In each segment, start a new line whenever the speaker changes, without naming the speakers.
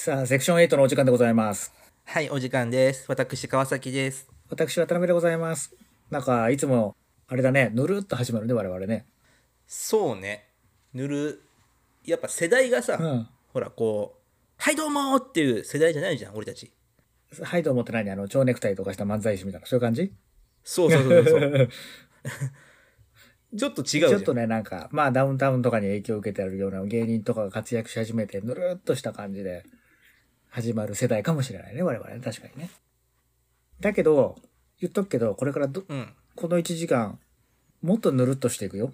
さあ、セクション8のお時間でございます。
はい、お時間です。私、川崎です。
私、渡辺でございます。なんか、いつも、あれだね、ぬるっと始まるね、我々ね。
そうね。やっぱ世代がさ、
うん。
ほら、はいどうもーっていう世代じゃないじゃん、俺たち。
はい、と思ってないね、蝶ネクタイとかした漫才師みたいな、そういう感じ。
そうそうそうそう。ちょっと違うじゃん。
ちょっとね、なんか、まあ、ダウンタウンとかに影響を受けてあるような芸人とかが活躍し始めて、ぬるっとした感じで始まる世代かもしれないね、我々ね、確かにね。だけど、言っとくけど、これから
うん。
この1時間、もっとぬるっとしていくよ。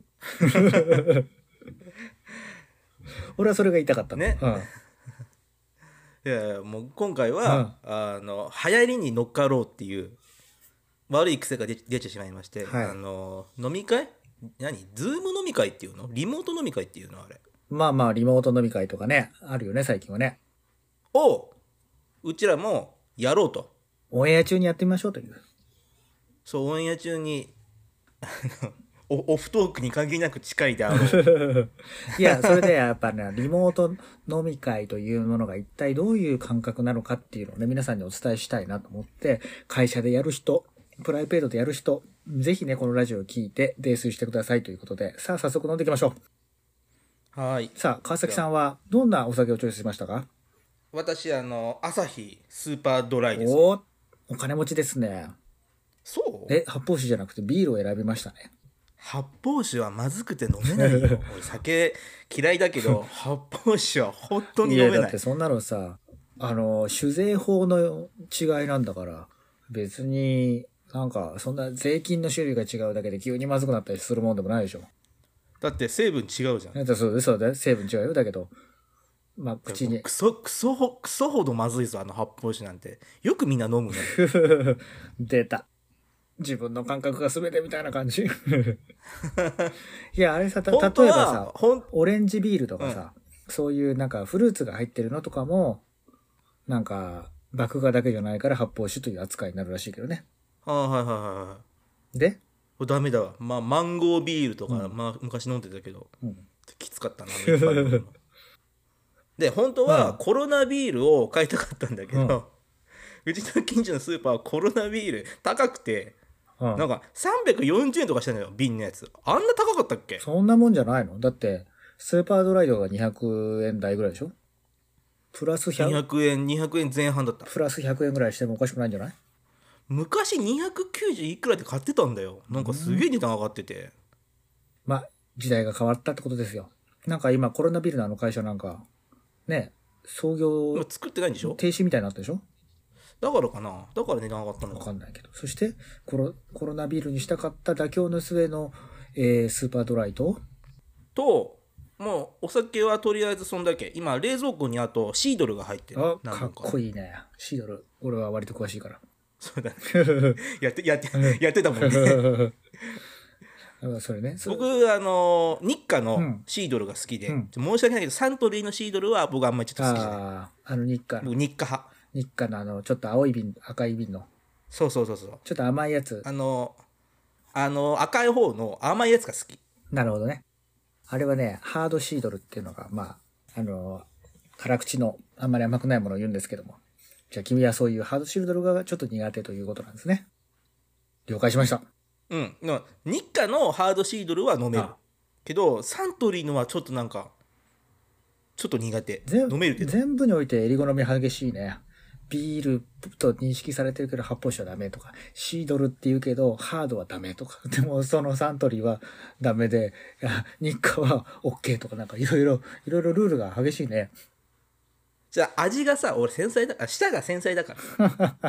俺はそれが言いたかったの。
ね。
うん。
いやいや、もう今回
うん。
は、流行りに乗っかろうっていう悪い癖が出てしまいまして、
はい。
飲み会ズーム飲み会っていうのリモート飲み会っていうのあれ。
まあまあ、リモート飲み会とかね、あるよね、最近はね。
を、うちらもやろうと。
オンエア中にやってみましょうという。
そう、オンエア中にオフトークに限りなく近いであろう。
いや、それでやっぱね、リモート飲み会というものが一体どういう感覚なのかっていうのをね、皆さんにお伝えしたいなと思って、会社でやる人、プライベートでやる人、ぜひね、このラジオを聞いて泥酔してくださいということで、さあ早速飲んでいきましょ
はい。
う。さあ、川崎
じゃあ、
さんはどんなお酒をチョイスしましたか？
私、アサヒスーパードライですよ。
おー、お金持ちですね。
そう
発泡酒じゃなくてビールを選びましたね。
発泡酒はまずくて飲めないよ。俺酒嫌いだけど、発泡酒は本当に
いや、
飲めない。
だってそんなのさ、酒税法の違いなんだから、別になんか、そんな税金の種類が違うだけで急にまずくなったりするもんでもないでしょ。
だって成分違うじゃん。
だってそうだよ、成分違うよ。だけど、まあ、
いや
口に。
クソほどまずいぞ、あの発泡酒なんて。よくみんな飲むね。
出た。自分の感覚が全てみたいな感じ。いや、あれさ、例
本当
えばさ、
は、
オレンジビールと
うん。
かさ、そういうなんかフルーツが入ってるのとかも、なんか、麦芽だけじゃないから発泡酒という扱いになるらしいけどね。
はいはいはいはい。
で、
これダメだわ。まあ、マンゴービールとか、
うん。
まあ、昔飲んでたけど、
うん。
きつかったな、いっぱい飲むの。で、本当は
うん。
コロナビールを買いたかったんだけ
うん。
ど、うちの近所のスーパーはコロナビール高くて、
うん。
なんか340円とかしたのよ、瓶のやつ。あんな高かったっけ？
そんなもんじゃないの？だって、スーパードライドが200円台ぐらいでしょ？プラス100、
200円、200円前半だった。
プラス100円ぐらいしてもおかしくないんじゃない？
昔290いくらで買ってたんだよ。なんかすげえ値段上がってて。
まあ、時代が変わったってことですよ。なんか今コロナビルの会社なんか、ね、創業
今作ってないんでしょ？
停止みたいになったでしょ？
だからかな。だから値段上がったの
わ
か。
かんないけど。そして、コロナビールにしたかった妥協の末の、スーパードライと、
と、もうお酒はとりあえずそんだけ。今冷蔵庫にあとシードルが入ってる。
あ、かっ
何本か。
こいいね。シードル。俺は割と詳しいから。
そうだね。やってたもんね。
それね。
僕、日課の
うん。
シードルが好きで、
うん。
申し訳ないけど、サントリーのシードルは僕あんまりちょっと好きじゃない。
ああ、日課の。
僕、日課派。
日課のちょっと青い瓶、赤い瓶の、
そうそうそうそう。
ちょっと甘いやつ。
あの、赤い方の甘いやつが好き。
なるほどね。あれはね、ハードシードルっていうのが、まあ、辛口のあんまり甘くないものを言うんですけども。じゃあ君はそういうハードシードルがちょっと苦手ということなんですね。了解しました。
うん。日課のハードシードルは飲める。
あ、
けど、サントリーのはちょっとなんか、ちょっと苦手。飲めるけど。
全部において襟好み激しいね。ビールと認識されてるけど発泡酒はダメとか、シードルって言うけどハードはダメとか、でもそのサントリーはダメで、いや、日課は OK とかなんかいろいろルールが激しいね。
じゃあ味がさ、俺繊細だ、舌が繊細だから。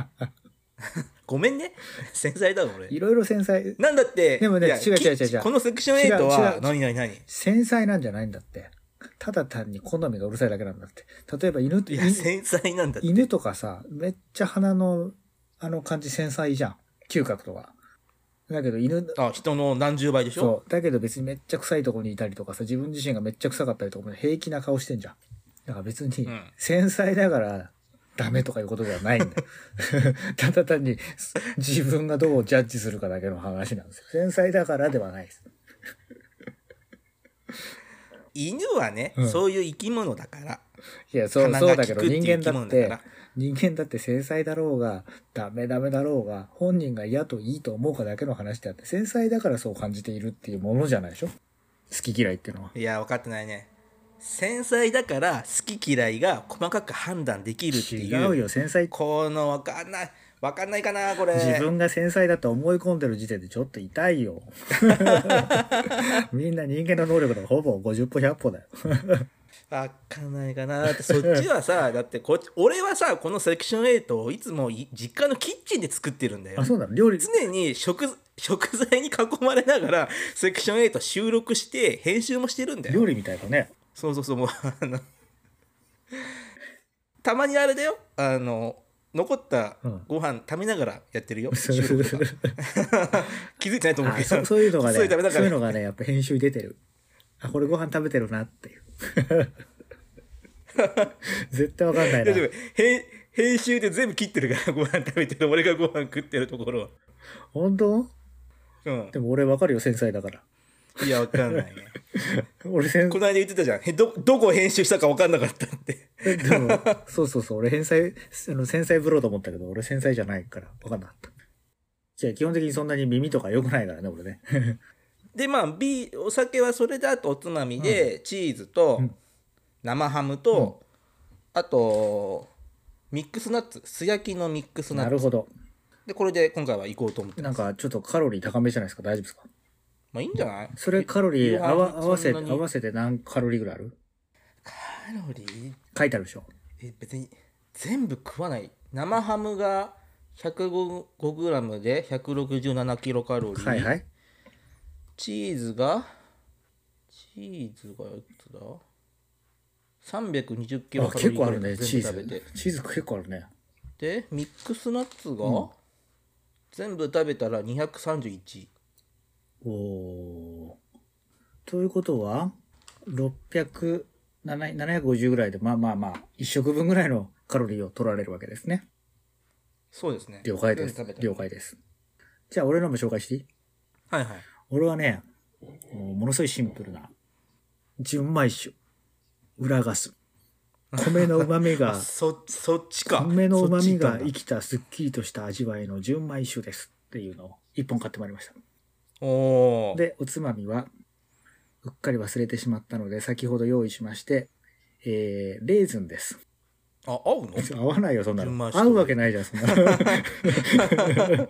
ごめんね。繊細だわ、俺。
いろいろ繊細。
なんだって、
でもね、
いや、
違う。
このセクション8は、何
繊細なんじゃないんだって。ただ単に好みがうるさいだけなんだって。例えば
いや、繊細なんだって。
犬とかさ、めっちゃ鼻の感じ繊細じゃん。嗅覚とか。だけど
あ、人の何十倍でしょ？
そう。だけど別にめっちゃ臭いとこにいたりとかさ、自分自身がめっちゃ臭かったりとかも平気な顔してんじゃん。だから別に、
うん。
繊細だからダメとかいうことではないんだよ。ただ単に自分がどうジャッジするかだけの話なんですよ。繊細だからではないです。
犬はね、
うん
そういう生き物だから。
いや、そう
鼻が
だけど
利くっていう
人間だって
生き物だから、
人間だって繊細だろうが、ダメだろうが、本人が嫌といいと思うかだけの話であって、繊細だからそう感じているっていうものじゃないでしょ、好き嫌いっていうのは。
いや、分かってないね。繊細だから好き嫌いが細かく判断できるっていう。
違うよ、繊細。
この分かんないかな、これ。
自分が繊細だと思い込んでる時点でちょっと痛いよ。みんな人間の能力のほぼ50歩100歩だよ。
分かんないかな。だってそっちはさ、だって俺はさ、このセクション8をいつも実家のキッチンで作ってるんだよ。
あ、そうなの？料理。
常に食材に囲まれながらセクション8収録して編集もしてるんだよ。
料理みたいだね。
そうもうたまにあれだよ、残ったご飯食べながらやってるよ、収録とか気づいてないと思うけど、
そういうのがね、
そういう
のがね、やっぱ編集出てる。あ、これご飯食べてるなっていう。絶対わかんないな。
編集で全部切ってるから、ご飯食べてる俺がご飯食ってるところは。
本当？
うん。
でも俺わかるよ、繊細だから。
いや、わかんないね。この間言ってたじゃん。どこ編集したかわかんなかったって。
でも、そう。俺繊細ぶろうと思ったけど、俺繊細じゃないからわかんなかった。じゃあ基本的にそんなに耳とか良くないからね、俺ね。
で、まあ、お酒はそれだとおつまみで、チーズと、生ハムと、あと、ミックスナッツ。素焼きのミックスナッツ。
なるほど。
で、これで今回は行こうと思ってます。
なんかちょっとカロリー高めじゃないですか。大丈夫ですか？
まあいいんじゃない？
それカロリー合わせて何カロリーぐらいある？
カロリー
書いてあるでしょ。
別に全部食わない。生ハムが 105g で167キロカロリー。
はいはい。
チーズがいくつだ ?320 キロカロリー。
結構あるね、チー
ズ。
チーズ結構あるね。
で、ミックスナッツが、全部食べたら231。
おー。ということは、750ぐらいで、まあ、1食分ぐらいのカロリーを取られるわけですね。
そうですね。
了解です。了解です。じゃあ、俺のも紹介していい？
はいはい。
俺はね、ものすごいシンプルな、純米酒、裏ガス。米の旨味が、
そっちか。
米の旨味が生きたすっきりとした味わいの純米酒ですっていうのを一本買ってまいりました。で、おつまみは、うっかり忘れてしまったので、先ほど用意しまして、レーズンです。
あ、合うの？
合わないよ、そんなの。合うわけないじゃん、そんなの。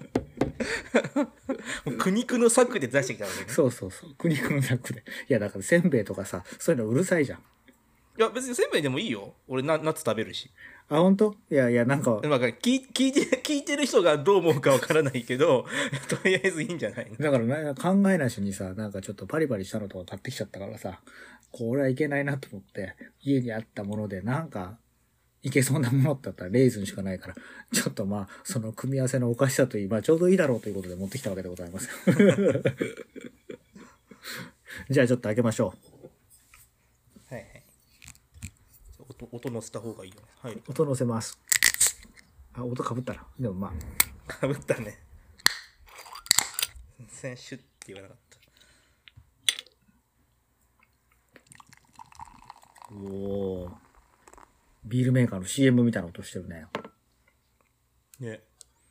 苦肉の策で出してきたわけね。
そう。苦肉の策で。いや、だからせんべいとかさ、そういうのうるさいじゃん。
いや、別にせんべいでもいいよ。俺、ナッツ食べるし。
あ、本当？いや、なんか。
聞いてる人がどう思うかわからないけど、とりあえずいいんじゃないの？
だから考えなしにさ、なんかちょっとパリパリしたのとか買ってきちゃったからさ、これはいけないなと思って、家にあったものでなんか、いけそうなものだったらレーズンしかないから、ちょっとまあ、その組み合わせのおかしさといい、まあちょうどいいだろうということで持ってきたわけでございます。じゃあちょっと開けましょ
う。はいはい。音乗せた方がいいよね。はい。
音乗せます。あ、音かぶったな。でもま
あ。かぶったね。先シュッって言わなかった。
おー。ビールメーカーの CM みたいな音してるね。
ね。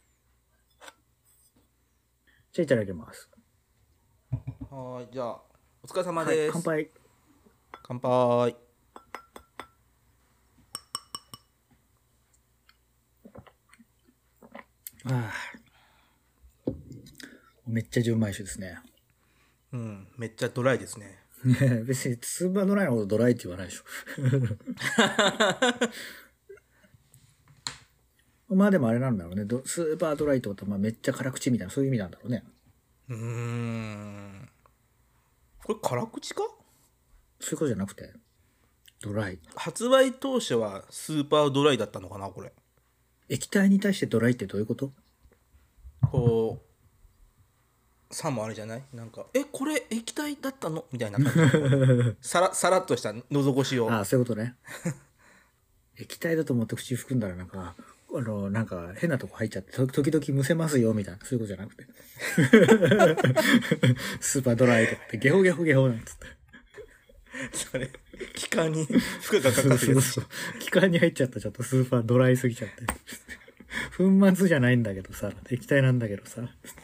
じゃあいただきます。
はい、じゃあ、お疲れ様です。はい、
乾杯。
乾杯。
ああ。めっちゃ純米酒ですね。
うん、めっちゃドライですね。
別にスーパードライのことドライって言わないでしょ。まあでもあれなんだろうね。スーパードライってことはまあめっちゃ辛口みたいなそういう意味なんだろうね。
これ辛口か？
そういうことじゃなくてドライ。
発売当初はスーパードライだったのかなこれ。
液体に対してドライってどういうこと？
こうさもあれじゃない？なんかこれ液体だったのみたいな感じ。さらっとした喉越しを。
ああ、そういうことね。液体だと思って口含んだらなんか変なとこ入っちゃって時々むせますよみたいなそういうことじゃなくて。スーパードライとかってゲホゲホなんつって。
それ気管に負荷がかかるやつ。
そうそう。気管に入っちゃった。ちょっとスーパードライすぎちゃって。粉末じゃないんだけどさ、液体なんだけどさ。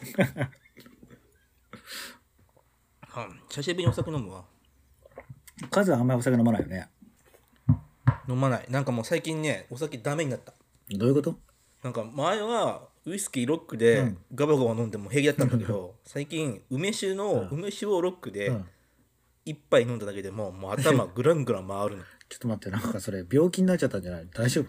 久しぶりにお酒飲むわ。
カズはあんまりお酒飲まないよね。
飲まない。なんかもう最近ね、お酒ダメになった。
どういうこと？
なんか前はウイスキーロックでガバガバ飲んでも平気だったんだけど、最近梅酒をロックで一杯飲んだだけでもう頭グラングラン回るの。
ちょっと待って、なんかそれ病気になっちゃったんじゃない？大丈夫？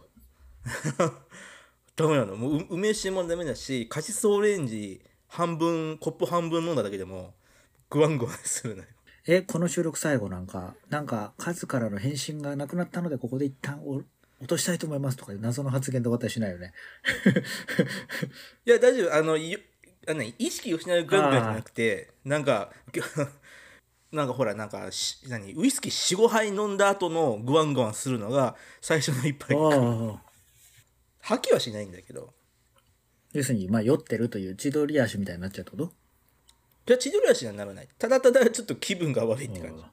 ダメなの。もう梅酒もダメだし、カシスオレンジコップ半分飲んだだけでもグワングワンするのよ。
この収録最後なんかカズからの返信がなくなったのでここで一旦落としたいと思いますとか謎の発言で終わったりしないよね。
いや大丈夫。意識を失うガンガンじゃなくて、なんかほらウイスキー 4,5 杯飲んだ後のグワングワンするのが最初の一杯か。吐きはしないんだけど。
要するに酔ってるという千鳥足みたいになっちゃうってこと？
じゃあ千鳥足にはならない。ただただちょっと気分が悪いって感じ。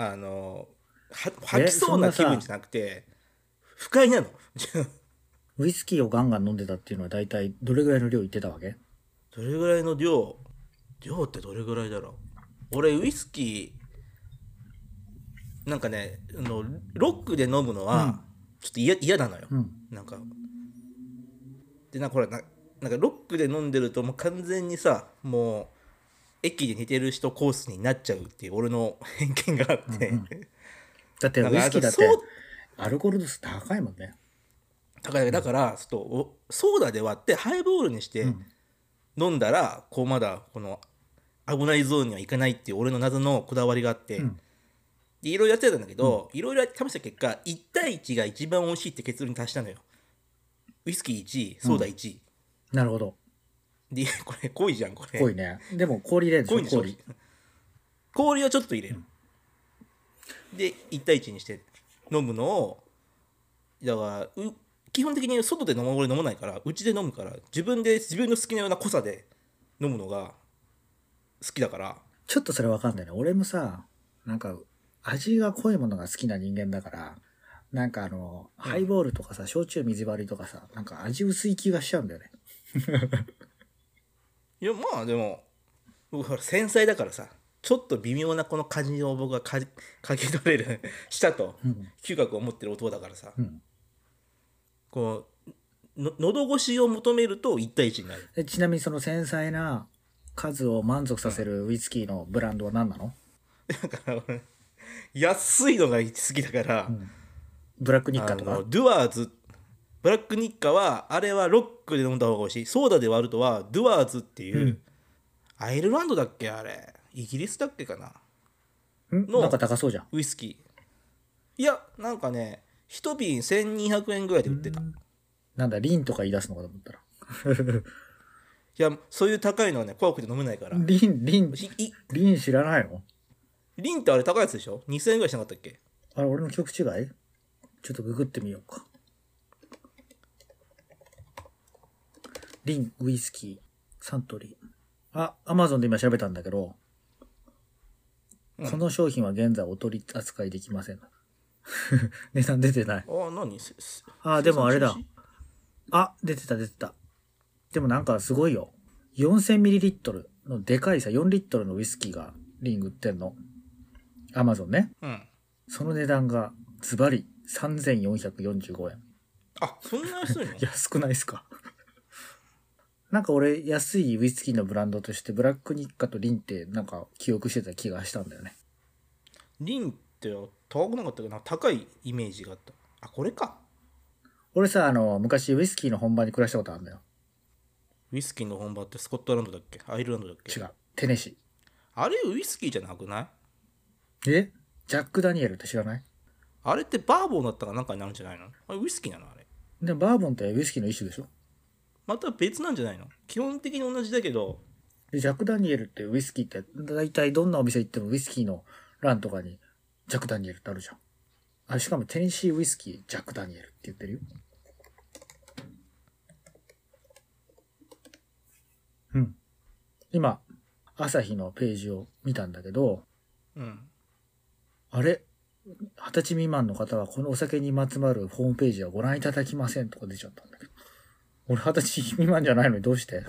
吐きそうな気分じゃなくて不快なの。
ウイスキーをガンガン飲んでたっていうのは大体どれぐらいの量いってたわけ？
どれぐらいの量ってどれぐらいだろう。俺ウイスキーなんかねロックで飲むのはちょっと嫌なのよ、なんかでほらなんかロックで飲んでるともう完全にさ、もう駅で寝てる人コースになっちゃうっていう俺の偏見があって、
だってウイスキーだってアルコール度数高いもんね。
だからちょっとソーダで割ってハイボールにして飲んだら、こうまだこの危ないゾーンにはいかないっていう俺の謎のこだわりがあって、でいろいろやってたんだけど、いろいろ試した結果1対1が一番美味しいって結論に達したのよ。ウイスキー1位ソーダ1位、
なるほど。
でこれ濃いじゃん。これ
濃いね。でも氷入れるでしょ。
氷をちょっと入れる、で1対1にして飲むのを、だから基本的に外で俺飲まないから、うちで飲むから、自分の好きなような濃さで飲むのが好きだから。
ちょっとそれわかんないね。俺もさ、なんか味が濃いものが好きな人間だから、なんかハイボールとかさ、焼酎水割りとかさ、なんか味薄い気がしちゃうんだよね。
いやまあでも僕ほら繊細だからさ、ちょっと微妙なこの感じを僕が嗅ぎ取れる舌と嗅覚を持ってる男だからさ、こう喉越しを求めると1対1になる。
ちなみにその繊細な数を満足させるウイスキーのブランドは何なの？
だから俺安いのが好きだから、
ブラックニッカとか
ドゥアーズ、ブラックニッカはあれはロックで飲んだ方が美味しい。ソーダで割るとはドゥアーズっていう、アイルランドだっけ、あれイギリスだっけかなの
なんか高そうじゃん。
ウイスキー。いやなんかね1瓶1200円ぐらいで売ってた。
なんだリンとか言い出すのかと思ったら
いやそういう高いのはね怖くて飲めないから。
リン知らないの？
リンってあれ高いやつでしょ。2000円ぐらいしなかったっけ。
あれ俺の記憶違い？ちょっとググってみようか。リンウイスキーサントリー、アマゾンで今調べたんだけど、この商品は現在お取り扱いできません。値段出てない。でもあれだ。出てた。でもなんかすごいよ。4000ml のでかいさ、4リットルのウイスキーがリン売ってんの。アマゾンね。その値段がズバリ3445円。
そんな安いの？
安くないっすか？なんか俺安いウイスキーのブランドとしてブラックニッカとリンってなんか記憶してた気がしたんだよね。
リンって高くなかったかな。高いイメージがあった。これか。
俺さ昔ウイスキーの本場に暮らしたことあるんだよ。
ウイスキーの本場ってスコットランドだっけ、アイルランドだっけ？
違う、テネシー。
あれウイスキーじゃなくない？
ジャック・ダニエルって知らない？
あれってバーボンだったかなんかになるんじゃないの？あれウイスキーなの？あれ
でもバーボンってウイスキーの一種でしょ？
また別なんじゃないの？基本的に同じだけど。
でジャック・ダニエルってウイスキーって大体どんなお店行ってもウイスキーの欄とかにジャック・ダニエルってあるじゃん。しかもテネシーウイスキージャック・ダニエルって言ってるよ。今朝日のページを見たんだけど、あれ 20歳未満の方はこのお酒にまつわるホームページはご覧いただきませんとか出ちゃったんだけど。俺20歳未満じゃないのにどうして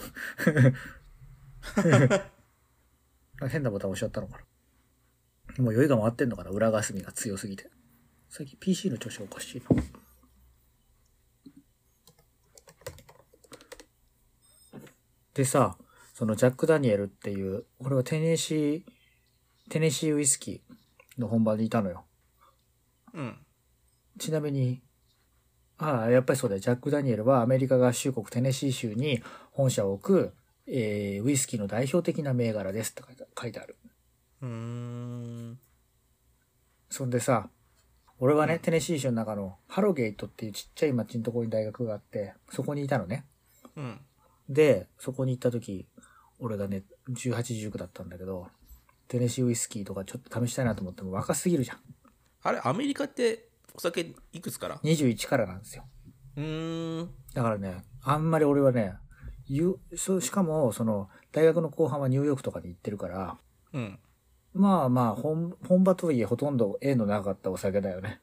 変なボタン押しちゃったのかな。もう酔いが回ってんのかな、裏霞が強すぎて。最近 PC の調子おかしいな。でさ、そのジャック・ダニエルっていう、俺はテネシーウイスキーの本場にいたのよ。
うん。
ちなみに、やっぱりそうだよ。ジャック・ダニエルはアメリカ合衆国テネシー州に本社を置く、ウイスキーの代表的な銘柄ですって書いてある。そんでさ、俺はね、テネシー州の中のハロゲートっていうちっちゃい町のところに大学があって、そこにいたのね。
うん。
で、そこに行った時、俺がね、18、19だったんだけど、テネシーウイスキーとかちょっと試したいなと思っても若すぎるじゃん。
あれ、アメリカってお酒いくつから？
21からなんですよ。だからね、あんまり俺はね、しかも、その、大学の後半はニューヨークとかに行ってるから、
うん。
まあまあ、本場とはいえほとんど縁のなかったお酒だよね。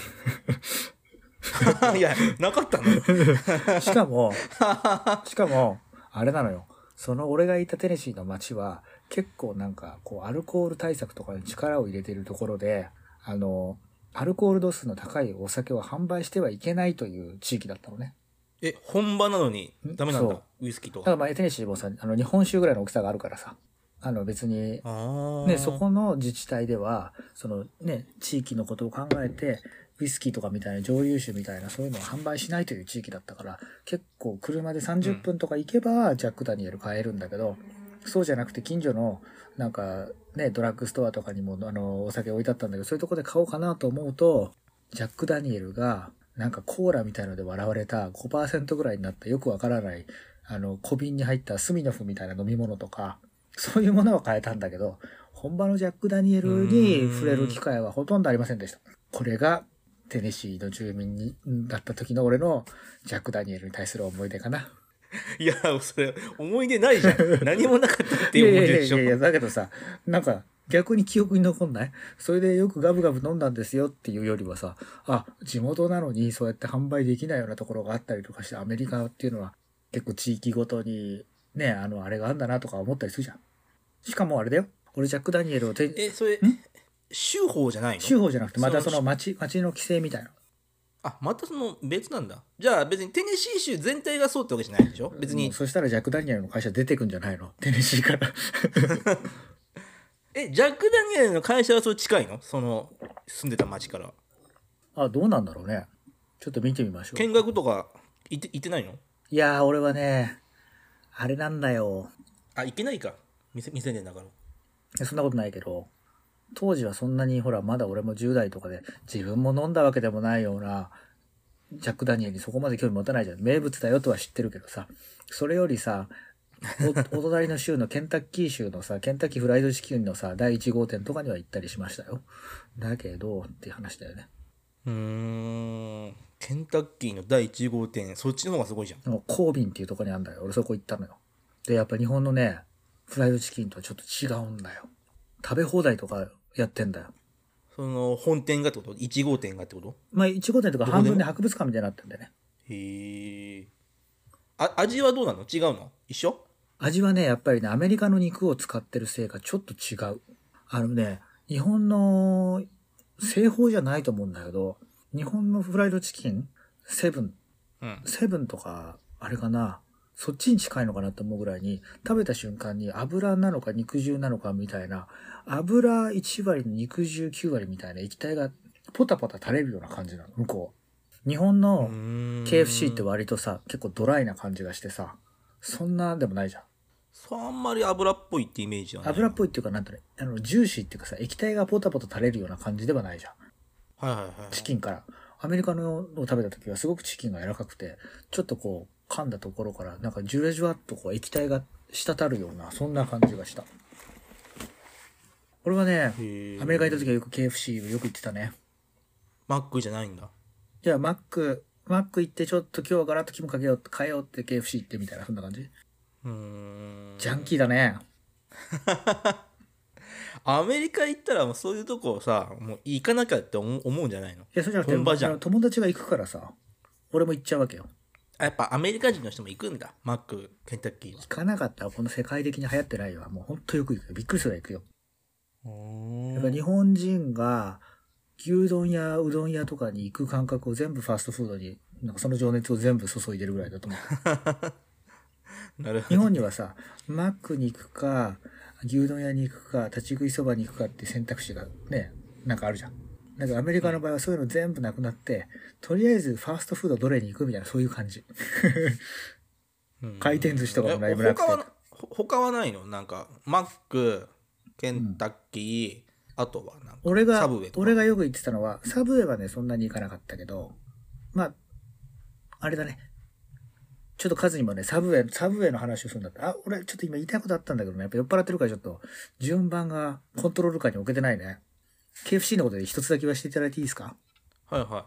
いや、なかったの
しかも、あれなのよ。その俺がいたテネシーの街は、結構なんか、こう、アルコール対策とかに力を入れているところで、アルコール度数の高いお酒を販売してはいけないという地域だったのね。
本場なのにダメなんだ、ウイスキーとか。
だからまあ、テネシーもさ、日本酒ぐらいの大きさがあるからさ、別に、ね、そこの自治体では、そのね、地域のことを考えて、ウイスキーとかみたいな蒸留酒みたいなそういうのを販売しないという地域だったから、結構車で30分とか行けばジャック・ダニエル買えるんだけど、そうじゃなくて近所のなんかね、ドラッグストアとかにもお酒置いてあったんだけど、そういうとこで買おうかなと思うと、ジャック・ダニエルがなんかコーラみたいので笑われた 5% ぐらいになったよくわからない小瓶に入ったスミノフみたいな飲み物とか、そういうものは買えたんだけど、本場のジャック・ダニエルに触れる機会はほとんどありませんでした。これがテネシーの住民だった時の俺のジャック・ダニエルに対する思い出かな。
いや、それ、思い出ないじゃん。何もなかったっていう思い出でしょ。
いや、だけどさ、なんか、逆に記憶に残んない？それでよくガブガブ飲んだんですよっていうよりはさ、地元なのにそうやって販売できないようなところがあったりとかして、アメリカっていうのは結構地域ごとにね、あれがあるんだなとか思ったりするじゃん。しかもあれだよ。俺ジャック・ダニエルを
それ、州法じゃないの？
州法じゃなくて、またその町の規制みたいな。
またその別なんだ。じゃあ別にテネシー州全体がそうってわけじゃないでしょ？別に。
そしたらジャック・ダニエルの会社出てくんじゃないの？テネシーから。
ジャック・ダニエルの会社はそう近いの？その、住んでた町から。
どうなんだろうね。ちょっと見てみましょう。
見学とか行ってないの？
いやー、俺はね、あれなんだよ。
行けないか。未成年だから。
そんなことないけど、当時はそんなにほら、まだ俺も10代とかで自分も飲んだわけでもないような、ジャック・ダニエルにそこまで興味持たないじゃん。名物だよとは知ってるけどさ、それよりさ、お隣の州のケンタッキー州のさ、ケンタッキーフライドチキンのさ、第1号店とかには行ったりしましたよ。だけど、っていう話だよね。
ケンタッキーの第1号店、そっちの方がすごいじゃん。
コービンっていうとこにあるんだよ。俺そこ行ったのよ。で、やっぱ日本のね、フライドチキンとはちょっと違うんだよ。食べ放題とかやってんだよ。
その本店がってこと？ 1 号店がってこと？
まあ1号店とか半分で博物館みたいになってんだよね。
へえ。味はどうなの？違うの？一緒？
味はね、やっぱりね、アメリカの肉を使ってるせいかちょっと違う。日本の製法じゃないと思うんだけど、日本のフライドチキン、セブンとか、あれかな、そっちに近いのかなと思うぐらいに、食べた瞬間に油なのか肉汁なのかみたいな、油1割の肉汁9割みたいな液体がポタポタ垂れるような感じなの、向こう。日本の KFC って割とさ、結構ドライな感じがしてさ、そんなでもないじゃん。
あんまり油っぽいってイメージはない。
油っぽいっていうか、なんとね、ジューシーっていうかさ、液体がポタポタ垂れるような感じではないじゃん。チキンから。アメリカのを食べた時はすごくチキンが柔らかくて、ちょっとこう、噛んだところから、なんかジュレジュワっとこう液体が滴るような、そんな感じがした。俺はね、アメリカにいた時はよく KFC よく行ってたね。
マックじゃないんだ。
じゃあマック行ってちょっと今日はガラッと気分変えようって KFC 行ってみたいな、そんな感じ。ジャンキーだね。
アメリカ行ったらもうそういうとこさ、もう行かなきゃって思うんじゃないの？
いや、そうじゃなくて、
本場じゃん。
友達が行くからさ、俺も行っちゃうわけよ。
やっぱアメリカ人の人も行くんだ。マック、ケンタッキーは。
行かなかったらこの世界的に流行ってないよ。もうほんとよく行くよ。びっくりするぐらい行くよ。やっぱ日本人が牛丼やうどん屋とかに行く感覚を全部ファストフードに、なんかその情熱を全部注いでるぐらいだと思う。
なるほど。
日本にはさ、マックに行くか、牛丼屋に行くか、立ち食いそばに行くかって選択肢がね、なんかあるじゃん。だけどアメリカの場合はそういうの全部なくなって、とりあえずファーストフードどれに行くみたいな、そういう感じ。回転寿司とかも何もなくて。
他はないの？なんか、マック、ケンタッキー、あとはなんか、サブウェイとか。
俺がよく言ってたのは、サブウェイはね、そんなに行かなかったけど、まあ、あれだね。ちょっと数にもね、サブウェイの話をするんだったら、俺ちょっと今言いたいことあったんだけどね、やっぱ酔っ払ってるからちょっと、順番がコントロール下に置けてないね。KFC のことで一つだけ言わせていただいていいですか？
はいはい。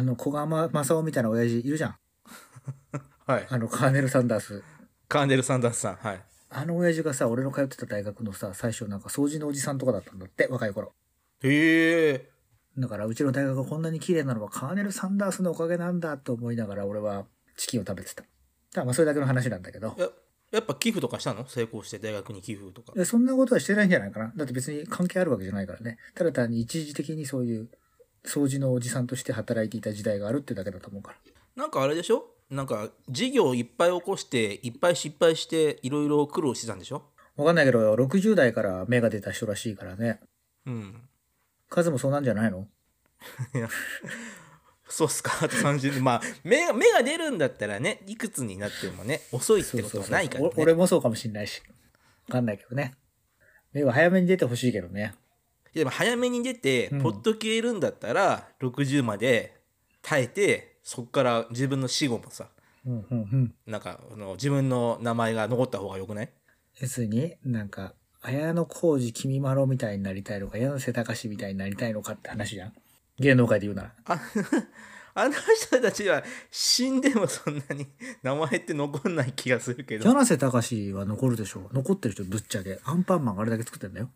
小川正夫みたいな親父いるじゃん。
はい。
カーネル・サンダース。
カーネル・サンダースさん。はい。
親父がさ、俺の通ってた大学のさ、最初なんか掃除のおじさんとかだったんだって、若い頃。
へえ。
だからうちの大学がこんなに綺麗なのはカーネル・サンダースのおかげなんだと思いながら俺はチキンを食べてた。まあそれだけの話なんだけど。
やっぱ寄付とかしたの？成功して大学に寄付とか。
そんなことはしてないんじゃないかな。だって別に関係あるわけじゃないからね。ただ単に一時的にそういう掃除のおじさんとして働いていた時代があるってだけだと思うから。
なんかあれでしょ？なんか事業をいっぱい起こしていっぱい失敗していろいろ苦労してたんでしょ？
わかんないけど60代から芽が出た人らしいからね。
うん。
数もそうなんじゃないの？
いやそうっすか。あと30年。まあ芽が出るんだったらね、いくつになってもね、遅いってことはないからね。
俺もそうかもしんないし。わかんないけどね。芽は早めに出てほしいけどね。
でも早めに出て、ポッと消えるんだったら、60まで耐えて、そっから自分の死後もさ、なんか自分の名前が残った方がよくない？
要するに、なんか、綾小路きみまろみたいになりたいのか、柳瀬隆みたいになりたいのかって話じゃん。芸能界で言うなら。
あの人たちは死んでもそんなに名前って残んない気がするけど。
柳瀬隆は残るでしょ。残ってる人ぶっちゃけ。アンパンマンがあれだけ作ってんだよ。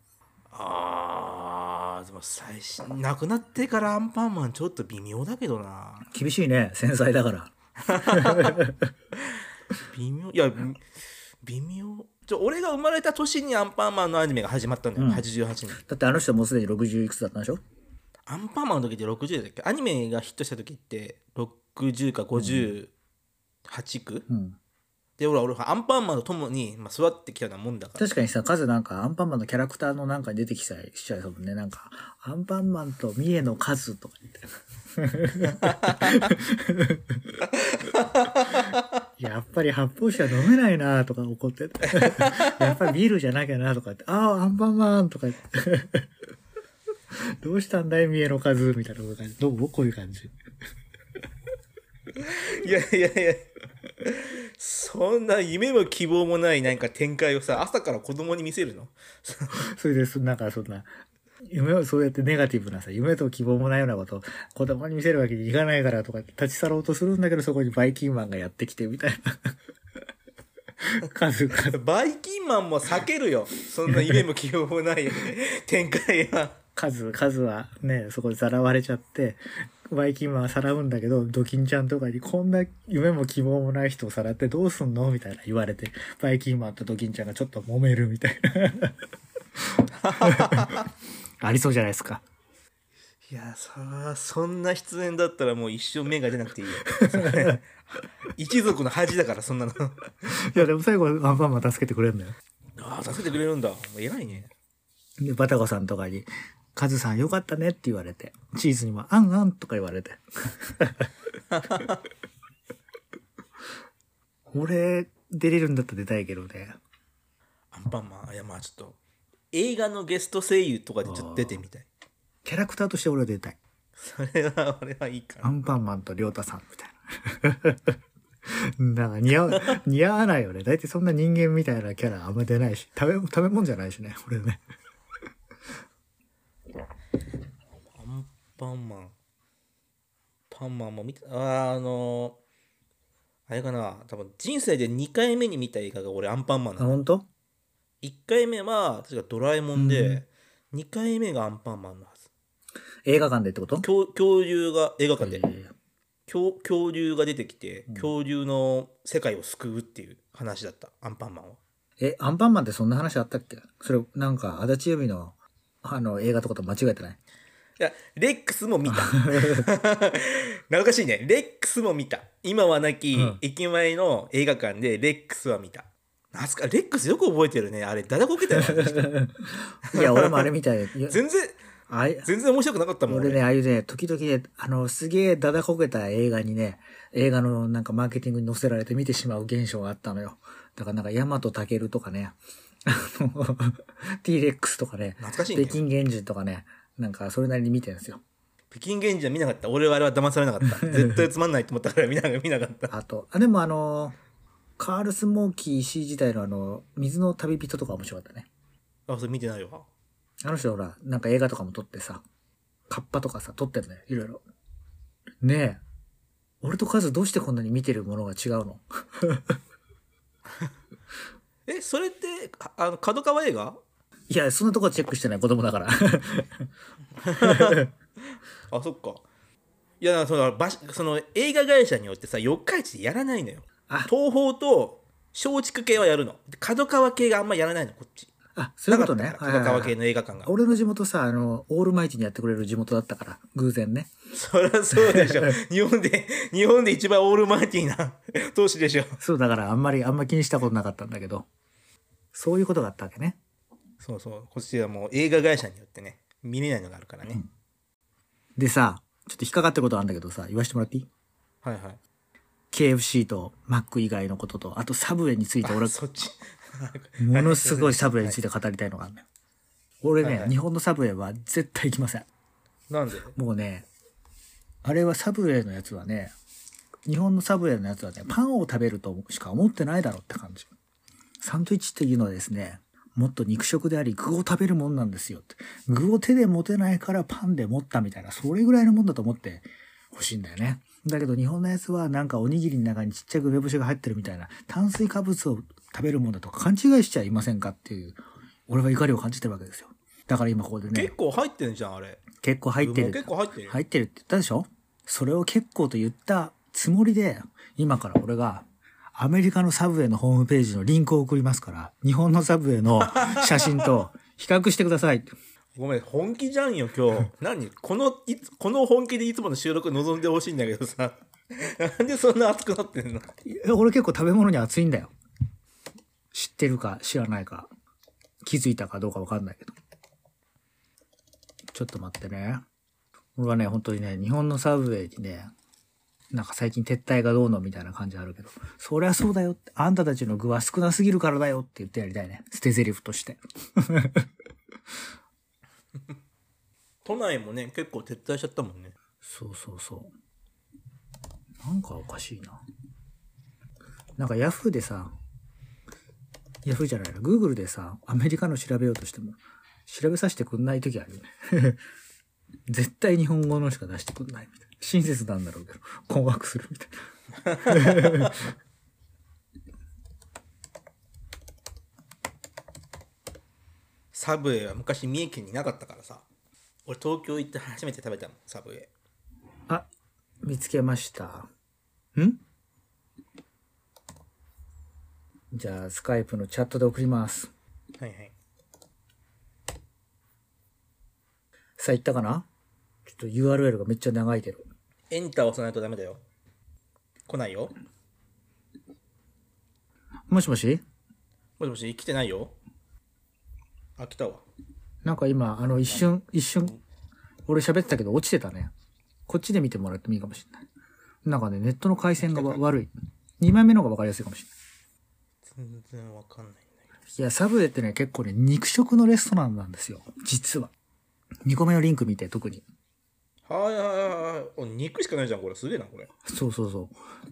でも亡くなってからアンパンマンちょっと微妙だけどな。
厳しいね。繊細だから。
微妙。いや、微妙。俺が生まれた年にアンパンマンのアニメが始まったんだよ。88年。
だってあの人もうすでに60いくつだったんでしょ？
アンパンマンの時って60だっけ？アニメがヒットした時って60か58区、で俺アンパンマンと共に、育ってきたようなもんだから。
確かにさ、数なんかアンパンマンのキャラクターのなんかに出てきちゃいそうもんね。なんか、アンパンマンと三重の数とか言って。やっぱり発泡酒は飲めないなとか怒ってて。やっぱりビールじゃなきゃなとか言って、アンパンマンとか言って。どうしたんだい三重の数みたいな感じ。どうこういう感じ。
いやそんな夢も希望もないなんか展開をさ、朝から子供に見せるの？
それでなんかそんな夢をそうやってネガティブなさ、夢と希望もないようなことを子供に見せるわけにいかないからとか立ち去ろうとするんだけど、そこにバイキンマンがやってきてみたいな。数
バイキンマンも避けるよ。そんな夢も希望もない展開は。
数はね、そこでさらわれちゃって、バイキンマンはさらうんだけど、ドキンちゃんとかにこんな夢も希望もない人をさらってどうすんのみたいな言われて、バイキンマンとドキンちゃんがちょっと揉めるみたいな。ありそうじゃないですか。
いやそんな出演だったらもう一生目が出なくていいよ。一族の恥だからそんなの。
いやでも最後アンパンマン助けてくれるんだよ。
助けてくれるんだ。もう偉いね。
でバタコさんとかにカズさんよかったねって言われて、チーズにもあんあんとか言われて。俺出れるんだったら出たいけどね。
アンパンマン、いやちょっと映画のゲスト声優とかでちょっと出てみたい。
キャラクターとして俺は出たい。
それは俺はいいかな。
アンパンマンとリョータさんみたいな。なんか似合わないよね。だいたいそんな人間みたいなキャラあんま出ないし、食べ物じゃないしね、俺ね。
アンパンマンも見た。あれかな、多分人生で2回目に見た映画が俺アンパンマンなの。
本当？
1回目は確かドラえもんで、 2回目がアンパンマンのはず。
映画館でってこと？
恐竜が映画館で、
え
恐竜が出てきて、
うん
恐竜の世界を救うっていう話だったアンパンマンは。
アンパンマンってそんな話あったっけ？それ、なんか、足立由美の、映画とかと間違えてない？
いや、レックスも見た。懐かしいね。レックスも見た。今はなき、駅前の映画館でレックスは見た。レックスよく覚えてるね。あれ、だだこけたよ。
いや、俺もあれみたい。
全然面白くなかったもん。
俺ね、ああいうね、時々ね、すげえだだこけた映画にね、映画のなんかマーケティングに載せられて見てしまう現象があったのよ。だからなんか、ヤマトタケルとかね、T レックスとかね、
懐かしいね。
北京原人とかね、なんかそれなりに見てるんですよ。
北京原人は見なかった。俺はあれは騙されなかった。絶対つまんないと思ったから見なかった。
でもカールスモーキー氏自体の水の旅人とか面白かったね。
あ、それ見てないわ。
あの人ほら、なんか映画とかも撮ってさ、カッパとかさ、撮ってんだよ、いろいろ。ねえ。俺とカズどうしてこんなに見てるものが違うの？
それって、角川映画？
いや、そんなとこチェックしてない、子供だから。
あ、そっか。いや、その映画会社によってさ、四日市でやらないのよ。東宝と松竹系はやるの。角川系があんまやらないの、こっち。
あ、そういうことね。
角川系の映画館が。
俺の地元さ、オールマイティにやってくれる地元だったから、偶然ね。
そりゃそうでしょ。日本で一番オールマイティな都市でしょ。
そう、だからあんま気にしたことなかったんだけど、そういうことがあったわけね。
そうそう。こっちはもう映画会社によってね、見れないのがあるからね。
でさ、ちょっと引っかかってることあるんだけどさ、言わせてもらっていい？
はいはい。
KFC とマック以外のことと、あとサブウェイについて俺、
そっち。
ものすごいサブウェイについて語りたいのがあるんだよ。俺ね、
はいはい
日本のサブウェイは絶対行きません。
なんで？
もうね、あれはサブウェイのやつはね、日本のサブウェイのやつはね、パンを食べるとしか思ってないだろうって感じ。サンドイッチっていうのはですね、もっと肉食であり、具を食べるもんなんですよって。具を手で持てないからパンで持ったみたいな、それぐらいのもんだと思って欲しいんだよね。だけど日本のやつはなんかおにぎりの中にちっちゃく梅干しが入ってるみたいな、炭水化物を食べるもんだと勘違いしちゃいませんかっていう、俺は怒りを感じてるわけですよ。だから今ここでね。
結構入ってるじゃん、あれ。
結構入ってる。
結構入ってる。
入ってるって言ったでしょ？それを結構と言ったつもりで、今から俺が、アメリカのサブウェイのホームページのリンクを送りますから、日本のサブウェイの写真と比較してください。
ごめん、本気じゃんよ、今日。何この本気でいつもの収録望んでほしいんだけどさ。なんでそんな熱くなってんの？
俺結構食べ物に熱いんだよ。知ってるか知らないか、気づいたかどうかわかんないけど。ちょっと待ってね。俺はね、本当にね、日本のサブウェイにね、なんか最近撤退がどうのみたいな感じあるけど、そりゃそうだよって、あんたたちの具は少なすぎるからだよって言ってやりたいね。捨て台詞として。
都内もね、結構撤退しちゃったもんね。
そうそうそう。なんかおかしいな。なんかヤフーでさ、ヤフーじゃないな、グーグルでさ、アメリカの調べようとしても、調べさせてくんないときあるよね。絶対日本語のしか出してくんないみたいな。親切なんだろうけど、困惑するみたいな。
サブウェイは昔三重県になかったからさ。俺東京行って初めて食べたの、サブウェイ。
あ、見つけました。ん？じゃあ、スカイプのチャットで送ります。
はいはい。
さあ、行ったかな？ちょっと URL がめっちゃ長いけど。
エンター押さないとダメだよ。来ないよ。
もしもし？
もしもし、来てないよ。あ、来たわ。
なんか今、一瞬、俺喋ってたけど落ちてたね。こっちで見てもらってもいいかもしれない。なんかね、ネットの回線が悪い。2枚目の方が分かりやすいかもしれない。
全然わかんないんだけ
ど。いや、サブウェイってね、結構ね、肉食のレストランなんですよ。実は。2個目のリンク見て、特に。
はいはいはい。肉しかないじゃん、これ。すげえな、これ。
そうそうそう。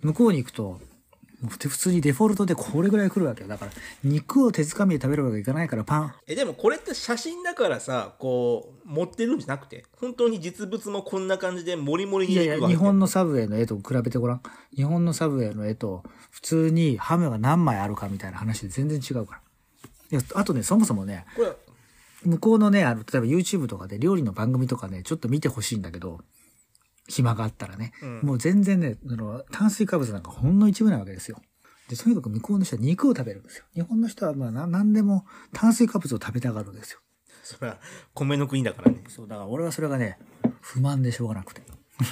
向こうに行くと、普通にデフォルトでこれぐらい来るわけよ。だから、肉を手づかみで食べるわけいかないからパン。
でもこれって写真だからさ、こう、持ってるんじゃなくて、本当に実物もこんな感じでモリモリに肉が入ってる。
いやいや、日本のサブウェイの絵と比べてごらん。日本のサブウェイの絵と、普通にハムが何枚あるかみたいな話で全然違うから。いや、あとね、そもそもね、
これ、
向こうのね、例えば YouTube とかで料理の番組とかね、ちょっと見てほしいんだけど、暇があったらね、もう全然ね、炭水化物なんかほんの一部なわけですよ。で、とにかく向こうの人は肉を食べるんですよ。日本の人はまあ何でも炭水化物を食べたがるんですよ。
それは米の国だからね。
そう、だから俺はそれがね、不満でしょうがなくて。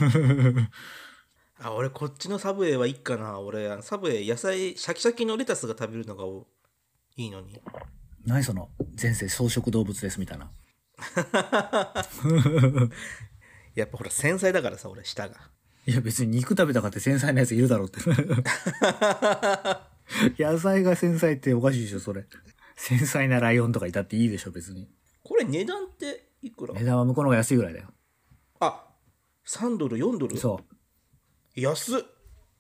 俺こっちのサブウェイはいいかな。俺サブウェイ野菜シャキシャキのレタスが食べるのがいいのに。
何その前世草食動物ですみたいな。
やっぱほら繊細だからさ、俺舌が。
いや別に肉食べたかって繊細なやついるだろうって。野菜が繊細っておかしいでしょそれ。繊細なライオンとかいたっていいでしょ別に。
これ値段っていくら？
値段は向こうの方が安いぐらいだよ。
3ドル4ドル。
そう
安っ。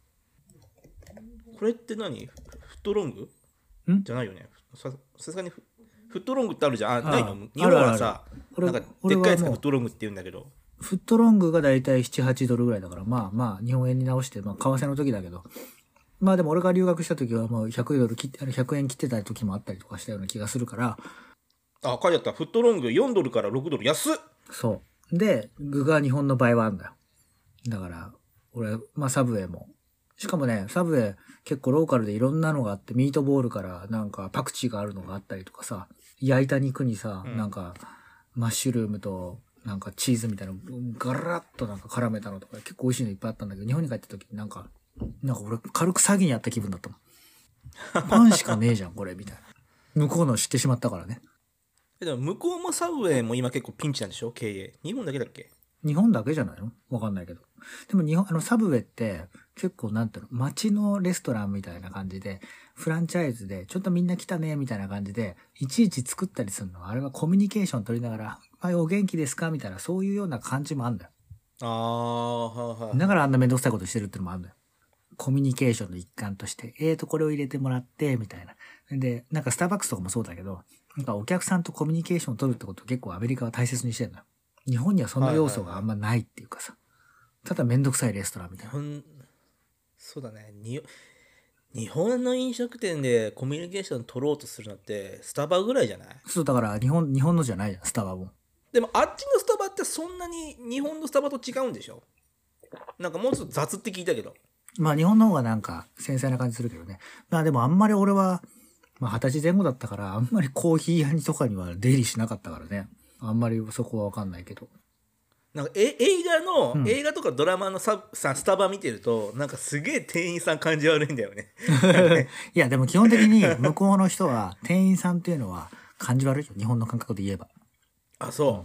これって何？フットロングじゃないよね。さすがにフットロングってあるじゃん。ないの？日本はさ、なんかでっかいやつがフットロングって言うんだけど。
フットロングがだいたい7、8ドルぐらいだから、まあ日本円に直して、為替の時だけど。まあでも俺が留学した時はもう100円切ってた時もあったりとかしたような気がするから。
書いてあった。フットロング4ドルから6ドル。安っ。
そう。で、具が日本の場合はあるんだよ。だから、俺、サブウェイも。しかもね、サブウェイ結構ローカルでいろんなのがあって、ミートボールからなんかパクチーがあるのがあったりとかさ、焼いた肉にさ、なんかマッシュルームとなんかチーズみたいなのガラッとなんか絡めたのとか結構美味しいのいっぱいあったんだけど、日本に帰った時になんか俺軽く詐欺にあった気分だったもん。パンしかねえじゃん、これ、みたいな。向こうの知ってしまったからね。
でも向こうもサブウェイも今結構ピンチなんでしょ経営。日本だけだっけ？
日本だけじゃないの？わかんないけど。でもサブウェイって結構なんていうの、街のレストランみたいな感じで、フランチャイズで、ちょっとみんな来たね、みたいな感じで、いちいち作ったりするのは、あれはコミュニケーション取りながら、はい、お元気ですかみたいな、そういうような感じもあるんだよ。
はい。
だからあんなめんどくさいことしてるってのもあるんだよ。コミュニケーションの一環として、これを入れてもらって、みたいな。で、なんかスターバックスとかもそうだけど、なんかお客さんとコミュニケーションを取るってことを結構アメリカは大切にしてるのよ。日本にはその要素があんまないっていうかさ。ただめんどくさいレストランみたいな。
そうだね。日本の飲食店でコミュニケーション取ろうとするのってスタバぐらいじゃない？
そう、だから日本のじゃないじゃん、スタバも。
でもあっちのスタバってそんなに日本のスタバと違うんでしょ？なんかもうちょっと雑って聞いたけど。
日本の方がなんか繊細な感じするけどね。でもあんまり俺は、20歳前後だったから、あんまりコーヒー屋にとかには出入りしなかったからね。あんまりそこはわかんないけど。
なんか映画とかドラマのスタバ見てるとなんかすげえ店員さん感じ悪いんだよね。
いやでも基本的に向こうの人は店員さんっていうのは感じ悪いよ、日本の感覚で言えば。
そう、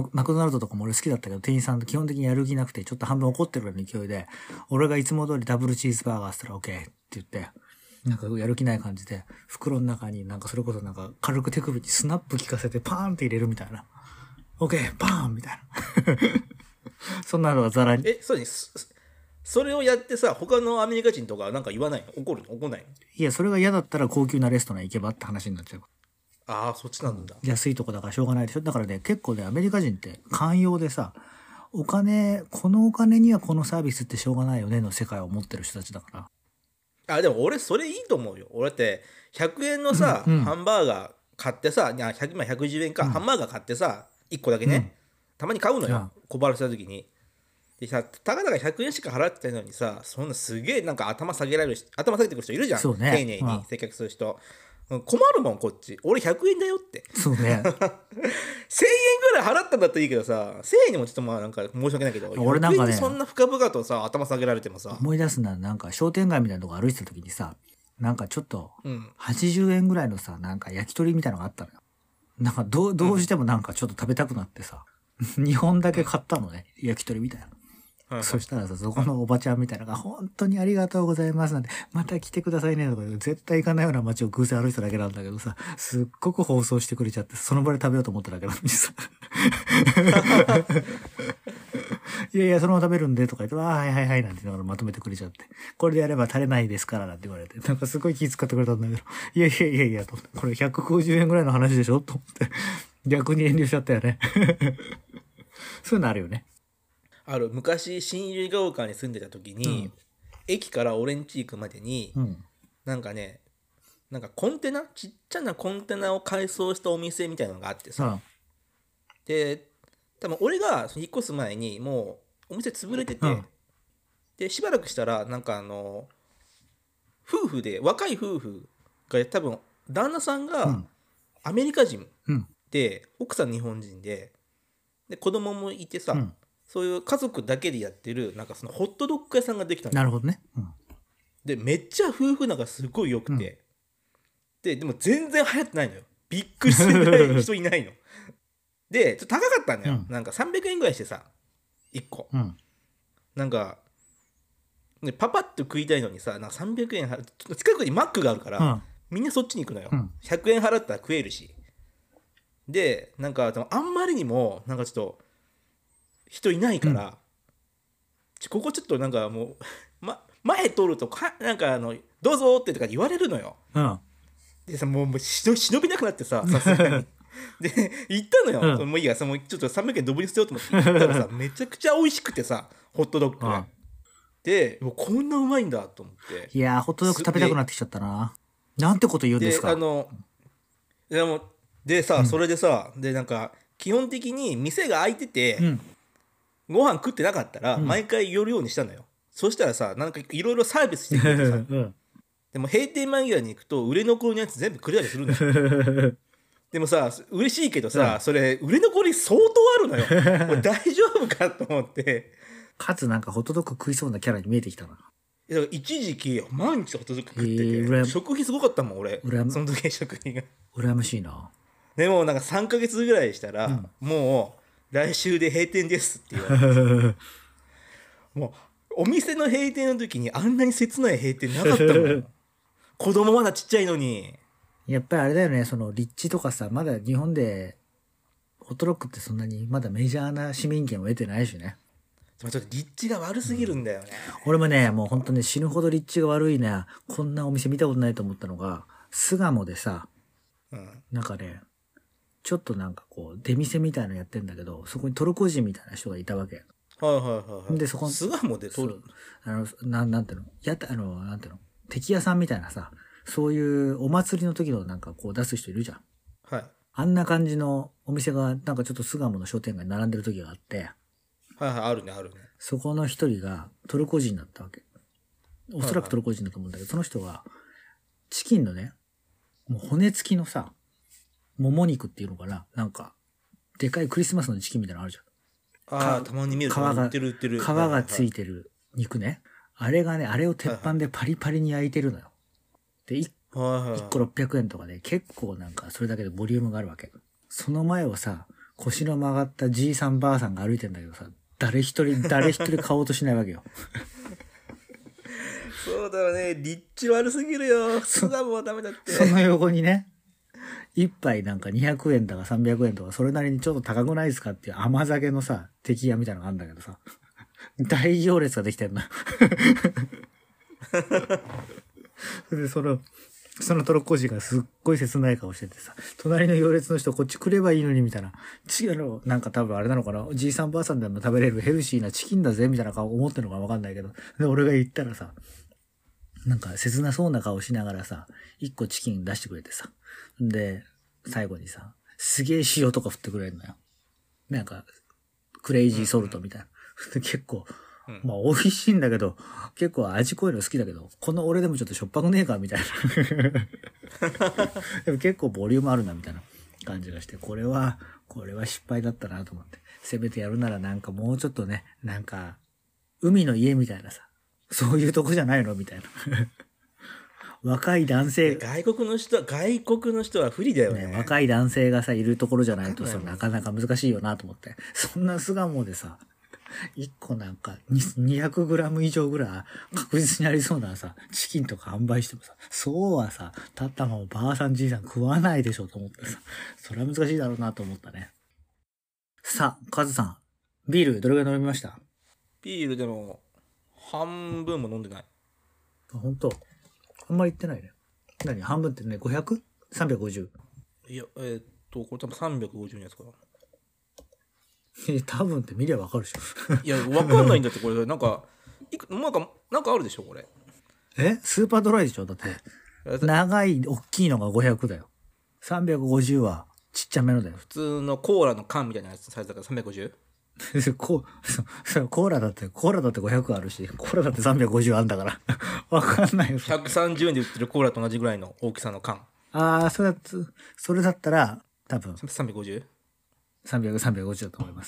マクドナルドとかも俺好きだったけど、店員さんと基本的にやる気なくてちょっと半分怒ってるような勢いで、俺がいつも通りダブルチーズバーガーしたら OK って言って、なんかやる気ない感じで袋の中になんかそれこそなんか軽く手首にスナップ効かせてパーンって入れるみたいな。OK パーンみたいな。そんなのがザラに。
それをやってさ、他のアメリカ人とかなんか言わないの？怒んないの？
いや、それが嫌だったら高級なレストラン行けばって話になっちゃう。
そっちなんだ。
安いとこだからしょうがないでしょ。だからね、結構ね、アメリカ人って寛容でさ、このお金にはこのサービスってしょうがないよねの世界を持ってる人たちだから。
でも俺それいいと思うよ。俺って100円のさ、ハンバーガー買ってさ、110円か、ハンバーガー買ってさ、1個だけね、たまに買うのよ。小腹した時に。でさ、たかだか100円しか払ってないのにさ、そんなすげえなんか頭下げてくる人いるじゃん。
そうね、
丁寧に接客する人。困るもんこっち。俺100円だよって。
そうね。1000円
ぐらい払ったんだったらいいけどさ、1000円にもちょっとなんか申し訳ないけど、
俺なんかね、
そんな深々とさ頭下げられてもさ。
思い出すな、なんか商店街みたいなとこ歩いてた時にさ、なんかちょっと80円ぐらいのさ、なんか焼き鳥みたいなのがあったのよ。なんかどうしてもなんかちょっと食べたくなってさ、2本だけ買ったのね、焼き鳥みたいな。そしたらさ、そこのおばちゃんみたいなのが、本当にありがとうございますなんて、また来てくださいねとか、絶対行かないような街を偶然歩いただけなんだけどさ、すっごく放送してくれちゃって、その場で食べようと思っただけなのにさ。いやいや、そのまま食べるんでとか言って、はいはいはいなんて言いながらまとめてくれちゃって、これでやれば足れないですからなんて言われて、なんかすごい気遣ってくれたんだけど、いやいやいやいや、と思って、これ150円ぐらいの話でしょと思って、逆に遠慮しちゃったよね。そういうのあるよね。
昔新百合ヶ丘に住んでた時に、駅からオレンジ行くまでに、なんかコンテナちっちゃなコンテナを改装したお店みたいなのがあってさ、 で多分俺が引っ越す前にもうお店潰れてて、でしばらくしたらなんか夫婦で若い夫婦が多分旦那さんがアメリカ人で、奥さん日本人で子供もいてさ、そういう家族だけでやってるなんかそのホットドッグ屋さんができたの。
なるほどね。
でめっちゃ夫婦仲すごい良くて、でも全然流行ってないのよ。びっくりするぐらい人いないの。でちょっと高かったのよ、なんか300円ぐらいしてさ1個、なんか、ね、パパッと食いたいのにさなんか300円近くにマックがあるから、みんなそっちに行くのよ、100円払ったら食えるし。でなんかあんまりにもなんかちょっと人いないから、ここちょっとなんかもう、前通るとなんかどうぞってとか言われるのよ、でさもう忍びなくなってさ、さすがにで行ったのよ、もういいやちょっと300円ドブに捨てようと思って行ったらさめちゃくちゃ美味しくてさホットドッグが、でこんなうまいんだと思って、
いやーホットドッグ食べたくなってきちゃったな。なんてこと言うんですか。
でさ、それでさでなんか基本的に店が開いてて、ご飯食ってなかったら毎回寄るようにしたのよ、そしたらさなんかいろいろサービスしてくれてさ、でも閉店間際に行くと売れ残りのやつ全部くれたりするのよでもさ嬉しいけどさ、それ売れ残り相当あるのよこれ大丈夫かと思って、
かつなんかホットドッグ食いそうなキャラに見えてきたな。
だから一時期毎日ホットドッグ食ってて、食費すごかったもん俺、その時食費が
羨ましいな。
でもなんか3ヶ月ぐらいしたら、もう来週で閉店ですって言われてもうお店の閉店の時にあんなに切ない閉店なかったの子供まだちっちゃいのに。
やっぱりあれだよね、その立地とかさ、まだ日本でホットドッグってそんなにまだメジャーな市民権を得てないしね。
ちょっと立地が悪すぎるんだよね、
俺もねもう本当に死ぬほど立地が悪いな、こんなお店見たことないと思ったのが巣鴨でさ、なんかねちょっとなんかこう出店みたいなのやってんだけど、そこにトルコ人みたいな人がいたわけ。でそこ
巣鴨でトル
なんていうのなんていうの敵屋さんみたいなさ、そういうお祭りの時のなんかこう出す人いるじゃん。あんな感じのお店がなんかちょっと巣鴨の商店街に並んでる時があって、
あるねあるね。
そこの一人がトルコ人だったわけ。おそらくトルコ人だと思うんだけど、その人はチキンのねもう骨付きのさもも肉っていうのかな、なんかでかいクリスマスのチキンみたいなのあるじゃん。
たまに見る。皮
がついてる肉ね。あれがね、あれを鉄板でパリパリに焼いてるのよ。で、1個600円とかで結構なんかそれだけでボリュームがあるわけ。その前をさ、腰の曲がったじいさんばあさんが歩いてんだけどさ、誰一人買おうとしないわけよ。
そうだよね、立地悪すぎるよ。巣鴨はダメだって。
その横にね、一杯なんか200円とか300円とかそれなりにちょっと高くないですかっていう甘酒のさ、敵屋みたいなのがあるんだけどさ、大行列ができてんの。で、そのトルコ人がすっごい切ない顔しててさ、隣の行列の人こっち来ればいいのにみたいな、なんか多分あれなのかな、じいさんばあさんでも食べれるヘルシーなチキンだぜみたいな顔思ってるのかわかんないけど、で、俺が言ったらさ、なんか切なそうな顔しながらさ、一個チキン出してくれてさ、で、最後にさ、すげえ塩とか振ってくれるのよ。なんか、クレイジーソルトみたいな。結構、まあ美味しいんだけど、結構味濃いの好きだけど、この俺でもちょっとしょっぱくねえかみたいな。でも結構ボリュームあるなみたいな感じがして、これは失敗だったなと思って。せめてやるならなんかもうちょっとね、なんか、海の家みたいなさ、そういうとこじゃないのみたいな。若い男性。
外国の人は不利だよね。
若い男性がさ、いるところじゃないとさ、なかなか難しいよなと思って。そんな巣鴨でさ、1個なんか200グラム以上ぐらい確実にありそうなさ、チキンとか販売してもさ、そうはさ、たったままばあさんじいさん食わないでしょと思ってさ、それは難しいだろうなと思ったね。さあ、カズさん、ビールどれぐらい飲みました？
ビールでも、半分も飲んでない。
本当？あんまり言ってないね。何？半分ってね、500？350？
いや、これ多分350のやつかな。
多分って見りゃわかるでしょ。
いや、わかんないんだって、これ。なんかあるでしょ、これ。
スーパードライでしょだって。長い、大きいのが500だよ。350はちっちゃめのだよ。
普通のコーラの缶みたいなやつサイズだから 350？
コーラだって500あるし、コーラだって350あんだから。わかんないよ。
130円で売ってるコーラと同じぐらいの大きさの缶。
ああ、それだったら、多分、
350？
350だと思います。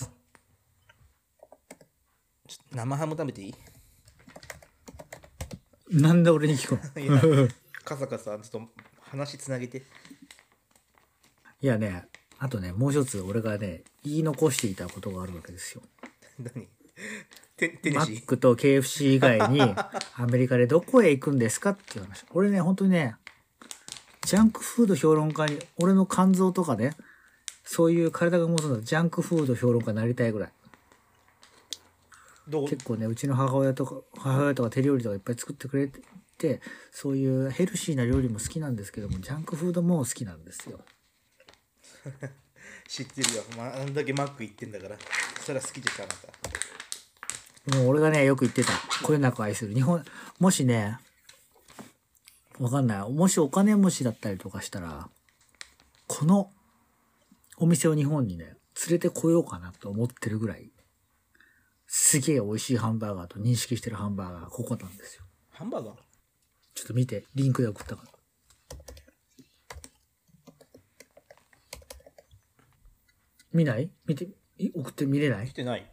生ハム食べていい？
なんで俺に聞くの？
いや、カサカサ、ちょっと話つなげて。
いやね、あとね、もう一つ俺がね、言い残していたことがあるわけですよ。
何？テネ
マ
シー？
ックと KFC 以外にアメリカでどこへ行くんですかっていう話。俺ね、本当にね、ジャンクフード評論家に、俺の肝臓とかね、そういう体が持つのジャンクフード評論家になりたいぐらい。結構ね、うちの母親とか手料理とかいっぱい作ってくれて、そういうヘルシーな料理も好きなんですけども、ジャンクフードも好きなんですよ。
知ってるよ。あんだけマック行ってんだから。それは好きでしょ、あなた。
もう俺がね、よく言ってた。こよなく愛する。日本、もしね、わかんない。もしお金持ちだったりとかしたら、このお店を日本にね、連れてこようかなと思ってるぐらい、すげえ美味しいハンバーガーと認識してるハンバーガーがここなんですよ。
ハンバーガー？
ちょっと見て、リンクで送ったから。見ない？送って見れない？
来てない。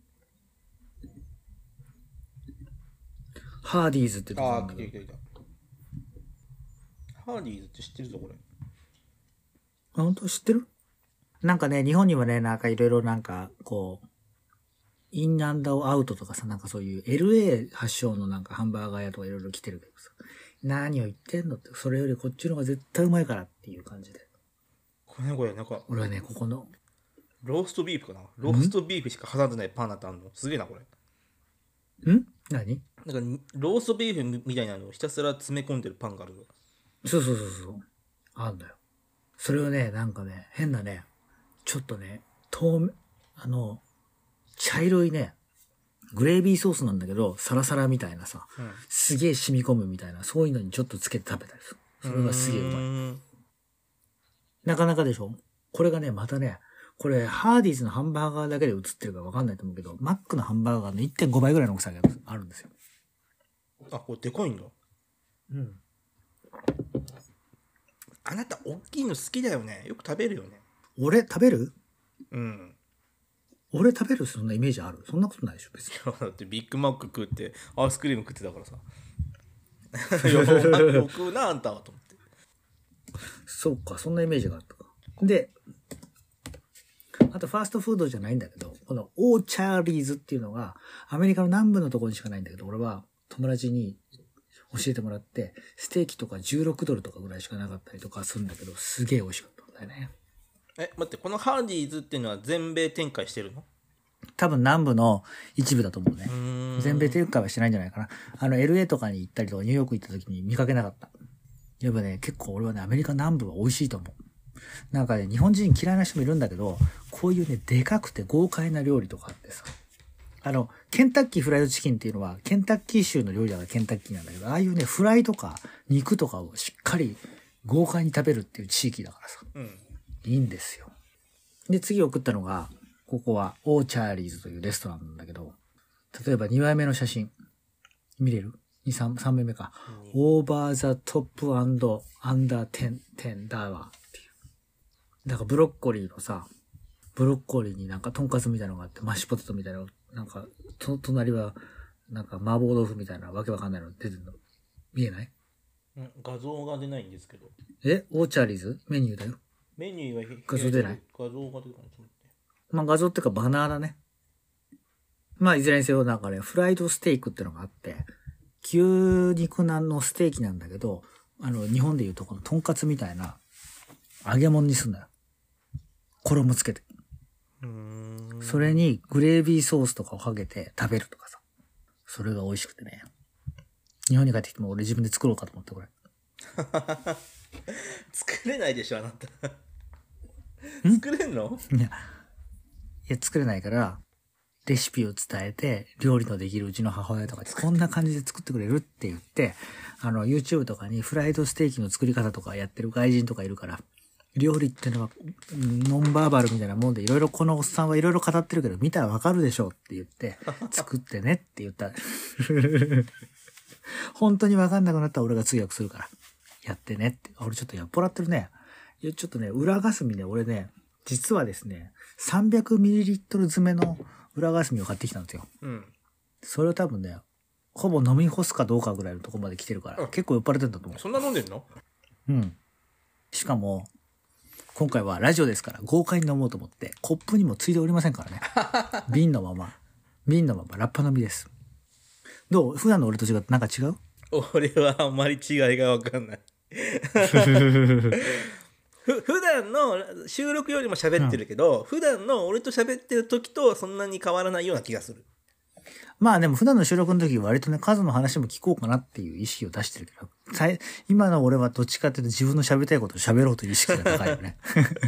ハーディーズってとこ
ああ、
なんだけど。
来て。ハーディーズって知ってるぞ、これ。
あ、本当知ってる？なんかね、日本にはね、なんかいろいろなんか、こう、インアンダーアウトとかさ、なんかそういう LA 発祥のなんかハンバーガー屋とかいろいろ来てるけどさ、何を言ってんのって、それよりこっちの方が絶対うまいからっていう感じで。
これ、なんか、
俺はね、ここの、
ローストビーフかな？ローストビーフしか挟んでないパンなんてあんの？すげえな、これ。
何？
なんか、ローストビーフみたいなのをひたすら詰め込んでるパンがあるぞ。
そう。あんだよ。それをね、なんかね、変なね、ちょっとね、茶色いね、グレービーソースなんだけど、サラサラみたいなさ、すげえ染み込むみたいな、そういうのにちょっとつけて食べたりする。それがすげえうまい。なかなかでしょ？これがね、またね、これ、ハーディーズのハンバーガーだけで映ってるかわかんないと思うけど、マックのハンバーガーの 1.5 倍ぐらいの大きさがあるんですよ。
あ、これでかいんだ。
うん。
あなた、大きいの好きだよね。よく食べるよね。
俺食べる？
うん。
俺食べるそんなイメージある？そんなことないでしょ、別に。
だってビッグマック食ってアイスクリーム食ってたからさ。よくなあんたはと思って。
そうか、そんなイメージがあったか。で、あとファーストフードじゃないんだけど、このオーチャーリーズっていうのがアメリカの南部のところにしかないんだけど、俺は友達に教えてもらって、ステーキとか$16とかぐらいしかなかったりとかするんだけど、すげえ美味しかったんだよね。
待って、このハーディーズっていうのは全米展開してるの？
多分南部の一部だと思うね。全米展開はしてないんじゃないかな。LA とかに行ったりとかニューヨーク行った時に見かけなかった。やっぱね、結構俺はね、アメリカ南部は美味しいと思う。なんかね、日本人嫌いな人もいるんだけど、こういうね、でかくて豪快な料理とかあってさ。ケンタッキーフライドチキンっていうのは、ケンタッキー州の料理だからケンタッキーなんだけど、ああいうね、フライとか肉とかをしっかり豪快に食べるっていう地域だからさ。いいんですよ。で、次送ったのが、ここはオーチャーリーズというレストランなんだけど、例えば2枚目の写真。見れる？ 3枚目か。オーバーザトップアンダー10ダーワーっていう。だからブロッコリーのさ、ブロッコリーになんかトンカツみたいなのがあって、マッシュポテトみたいなの、なんか、隣は、なんか麻婆豆腐みたいなわけわかんないの出てるの。見えない？
画像が出ないんですけど。
オーチャーリーズ？メニューだよ。
メニューは
画像出ない？
画像が出ない。
まあ画像っていうかバナーだね。まあいずれにせよなんかね、フライドステークってのがあって、牛肉のステーキなんだけど、日本でいうとこのトンカツみたいな揚げ物にすんだよ。衣つけて。それにグレービーソースとかをかけて食べるとかさ。それが美味しくてね。日本に帰ってきても俺自分で作ろうかと思ってこれ。
作れないでしょ、あなた。作れんの？
いや、作れないから、レシピを伝えて、料理のできるうちの母親とかに、こんな感じで作ってくれるって言って、YouTube とかにフライドステーキの作り方とかやってる外人とかいるから、 料理ってのはノンバーバルみたいなもんで、いろいろこのおっさんはいろいろ語ってるけど、見たらわかるでしょって言って、作ってねって言った。本当にわかんなくなったら俺が通訳するから。やってねって。俺ちょっとやっぽらってるね。いや、ちょっとね、裏霞ね、俺ね、実はですね、300ml 詰めの裏霞を買ってきたんですよ。
うん。
それを多分ね、ほぼ飲み干すかどうかぐらいのところまで来てるから、結構酔っ払ってんだと思う。
そんな飲んでんの？
うん。しかも、今回はラジオですから豪快に飲もうと思って、コップにもついておりませんからね。瓶のままラッパ飲みです。どう？普段の俺と違ってなんか違う？
俺はあんまり違いが分かんない。普段の収録よりも喋ってるけど、普段の俺と喋ってる時とそんなに変わらないような気がする。
まあでも普段の収録の時は割とね、数の話も聞こうかなっていう意識を出してるけど、今の俺はどっちかっていうと自分の喋りたいことを喋ろうという意識が高いよね。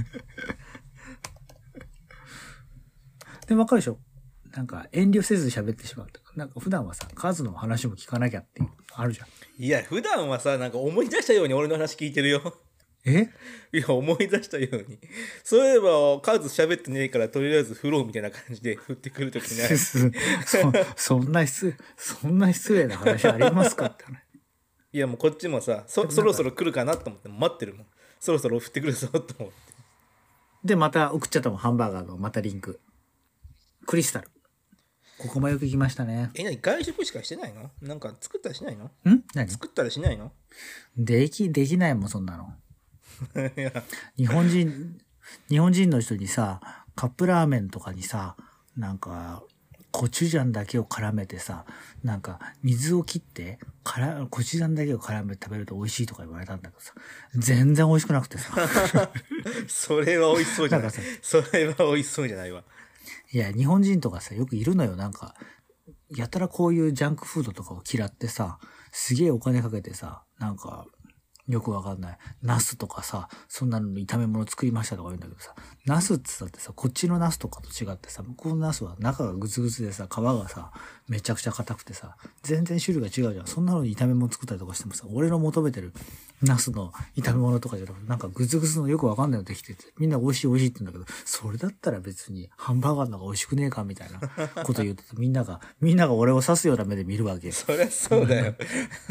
で、わかるでしょ？なんか遠慮せず喋ってしまうとか。なんか普段はさ、数の話も聞かなきゃっていう、あるじゃん。
いや、普段はさ、なんか思い出したように俺の話聞いてるよ。
え？
いや、思い出したように。そういえば、数喋ってねえから、とりあえず振ろうみたいな感じで振ってくるときない。
そんな失礼な話ありますかって話。
いや、もうこっちもさ、そろそろ来るかなと思って待ってるもん。そろそろ振ってくるぞと思って。
で、また送っちゃったもん、ハンバーガーのまたリンク。クリスタル。ここもよく行きましたね。
何外食しかしてないの？なんか作ったりしないの？
何？
作ったりしないの？
できないもん、そんなの。日本人の人にさ、カップラーメンとかにさ、なんか、コチュジャンだけを絡めてさ、なんか、水を切って、コチュジャンだけを絡めて食べると美味しいとか言われたんだけどさ、全然美味しくなくてさ。
それは美味しそうじゃない。それは美味しそうじゃないわ。
いや、日本人とかさ、よくいるのよ。なんか、やたらこういうジャンクフードとかを嫌ってさ、すげえお金かけてさ、なんか、よくわかんない。ナスとかさ、そんなの炒め物作りましたとか言うんだけどさ、ナスって言ったってさ、こっちのナスとかと違ってさ、向こうのナスは中がグツグツでさ、皮がさ、めちゃくちゃ硬くてさ、全然種類が違うじゃん。そんなのに炒め物作ったりとかしてもさ、俺の求めてるナスの炒め物とかじゃなくて、なんかグツグツのよくわかんないのできてて、みんな美味しい美味しいって言うんだけど、それだったら別にハンバーガーの方が美味しくねえかみたいなこと言ってて、みんなが俺を刺すような目で見るわけよ。
そりゃそうだよ。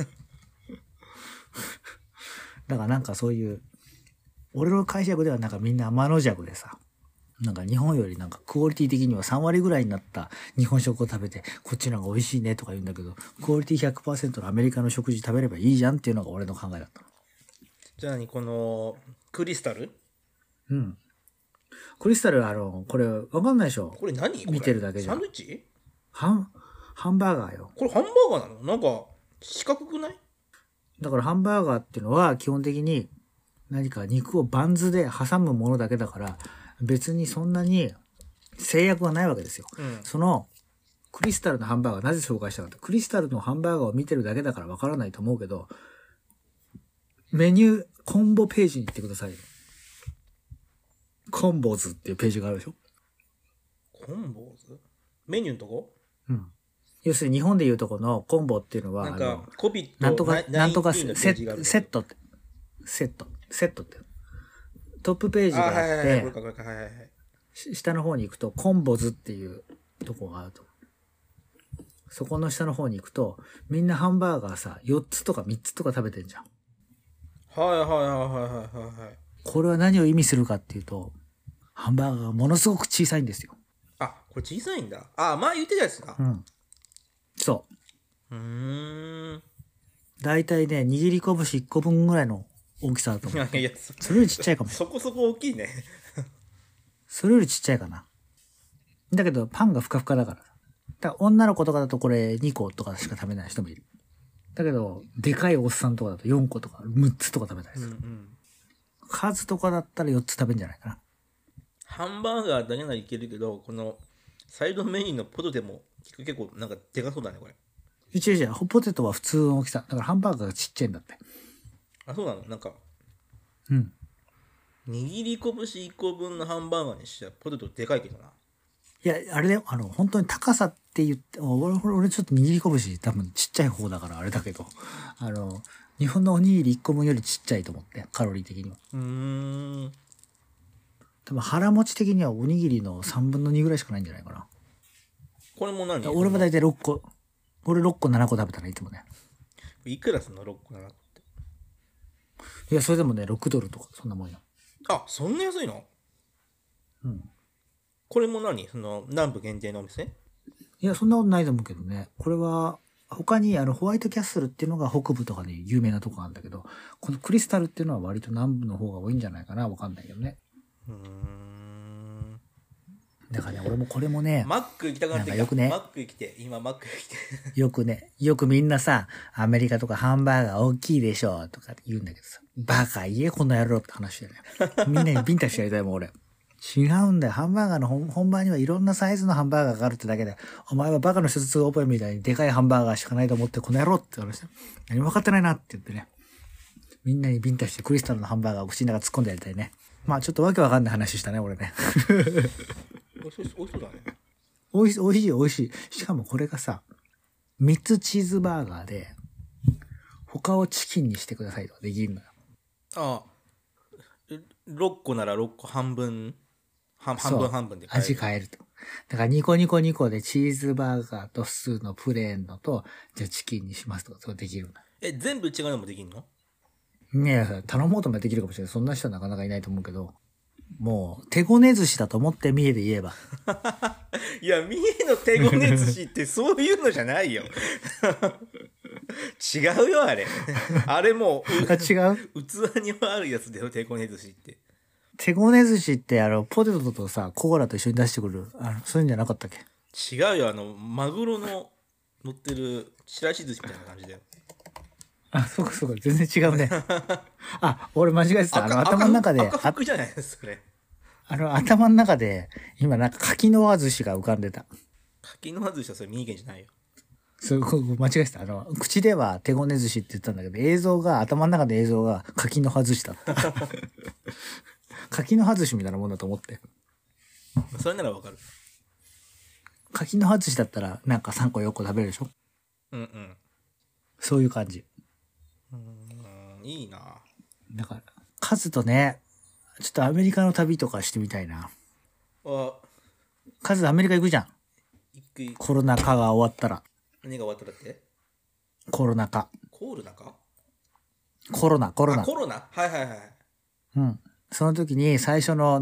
だからなんかそういう、俺の解釈ではなんかみんな天の弱でさ、なんか日本よりなんかクオリティ的には3割ぐらいになった日本食を食べて、こっちの方が美味しいねとか言うんだけど、クオリティ 100% のアメリカの食事食べればいいじゃんっていうのが俺の考えだったの。
じゃあこの、クリスタル？
うん。クリスタルこれわかんないでしょ？
これ何？
見てるだけじゃん。
サンドイッチ？
ハンバーガーよ。
これハンバーガーなの？なんか、四角くない？
だからハンバーガーっていうのは基本的に何か肉をバンズで挟むものだけだから別にそんなに制約はないわけですよ。そのクリスタルのハンバーガーなぜ紹介したかって、クリスタルのハンバーガーを見てるだけだからわからないと思うけど、メニューコンボページに行ってください。コンボズっていうページがあるでしょ。
コンボズ？メニューのとこ？
うん。要するに日本でいうとこのコンボっていうのは、
なんかコピ
なんとかセットってトップページがあって、下の方に行くとコンボズっていうとこがあると。そこの下の方に行くと、みんなハンバーガーさ、4つとか3つとか食べてんじゃん。これは何を意味するかっていうと、ハンバーガーがものすごく小さいんですよ。
あ、これ小さいんだ。あ、前言ってたやつだ。
うん。そう。だいたいね、握り拳1個分ぐらいの大きさだと思う。
いや
それよりちっちゃいかも。
そこそこ大きいね。
それよりちっちゃいかな。だけど、パンがふかふかだから。だから女の子とかだとこれ2個とかしか食べない人もいる。だけど、でかいおっさんとかだと4個とか6つとか食べたりする。数とかだったら4つ食べるんじゃないかな。
ハンバーガーだけならいけるけど、このサイドメニューのポテトも結構なんかでかそうだね、これ。
違う。ポテトは普通の大きさ。だからハンバーガーがちっちゃいんだって。
あ、そうなの？なんか。
うん。
握り拳1個分のハンバーガーにしちゃポテトでかいけどな。
いや、あれだよ。本当に高さって言って、俺ちょっと握り拳多分ちっちゃい方だからあれだけど、日本のおにぎり1個分よりちっちゃいと思って、カロリー的には。 多分腹持ち的にはおにぎりの3分の2ぐらいしかないんじゃないかな。
これも何？
俺も大体6個。俺6個7個食べたらいつもね。
いくらすんの ?6 個7個って。
いや、それでもね、6ドルとか、そんなもんよ。
あ、そんな安いの？
うん。
これも何？その、南部限定のお店？
いや、そんなことないと思うけどね。これは、他にホワイトキャッスルっていうのが北部とかで有名なとこなんだけど、このクリスタルっていうのは割と南部の方が多いんじゃないかな。わかんないけどね。だからね、俺もこれもね、
マック行きたくなってきた。
よくね、
マック行きて、今マック行きて。
よくみんなさ、アメリカとかハンバーガー大きいでしょとか言うんだけどさ、バカ言えこの野郎って話だよね。みんなにビンタしてやりたいもん俺。違うんだよ。ハンバーガーの本番にはいろんなサイズのハンバーガーがあるってだけで、お前はバカの一つ覚えみたいにでかいハンバーガーしかないと思ってこの野郎って話だ。何も分かってないなって言ってね。みんなにビンタしてクリスタルのハンバーガーを口の中突っ込んでやりたいね。まあちょっとわけわかんない話したね、俺ね。
おいしそうだね。
おいしい。しかもこれがさ、3つチーズバーガーで、他をチキンにしてくださいとかできるのよ。
ああ。6個なら6個半分で買える。
味変えると。だから2個でチーズバーガーと普通のプレーンのと、じゃあチキンにしますとか、そうできるの。
全部違うのもできるの？
いや、頼もうともできるかもしれない。そんな人はなかなかいないと思うけど、もう、手ごね寿司だと思って三重で言えば。
いや、三重の手ごね寿司ってそういうのじゃないよ。違うよ、あれ。あれもう、
違う
器にはあるやつだよ、手ごね寿司って。
手ごね寿司ってポテトとさ、コーラと一緒に出してくる、そういうんじゃなかったっけ？
違うよ、マグロの乗ってるちらし寿司みたいな感じだよ。
あ、そうか、全然違うね。あ、俺間違えてた。頭の中で。
赤服じゃないそれ。
頭の中で、今なんか柿の葉寿司が浮かんでた。
柿の葉寿司はそれ三重県じゃないよ。
そう、間違えてた。口では手ごね寿司って言ったんだけど、頭の中で映像が柿の葉寿司だった。柿の葉寿司みたいなもんだと思って。
それならわかる。
柿の葉寿司だったら、なんか3個4個食べるでしょ？
うん。
そういう感じ。
いいな。
だから、カズとね、ちょっとアメリカの旅とかしてみたいな。カズアメリカ行くじゃん。コロナ禍が終わったら。
何が終わったらって？
コロナ禍。
コロナか？
コロナ。
コロナ？はい。
うん。その時に最初の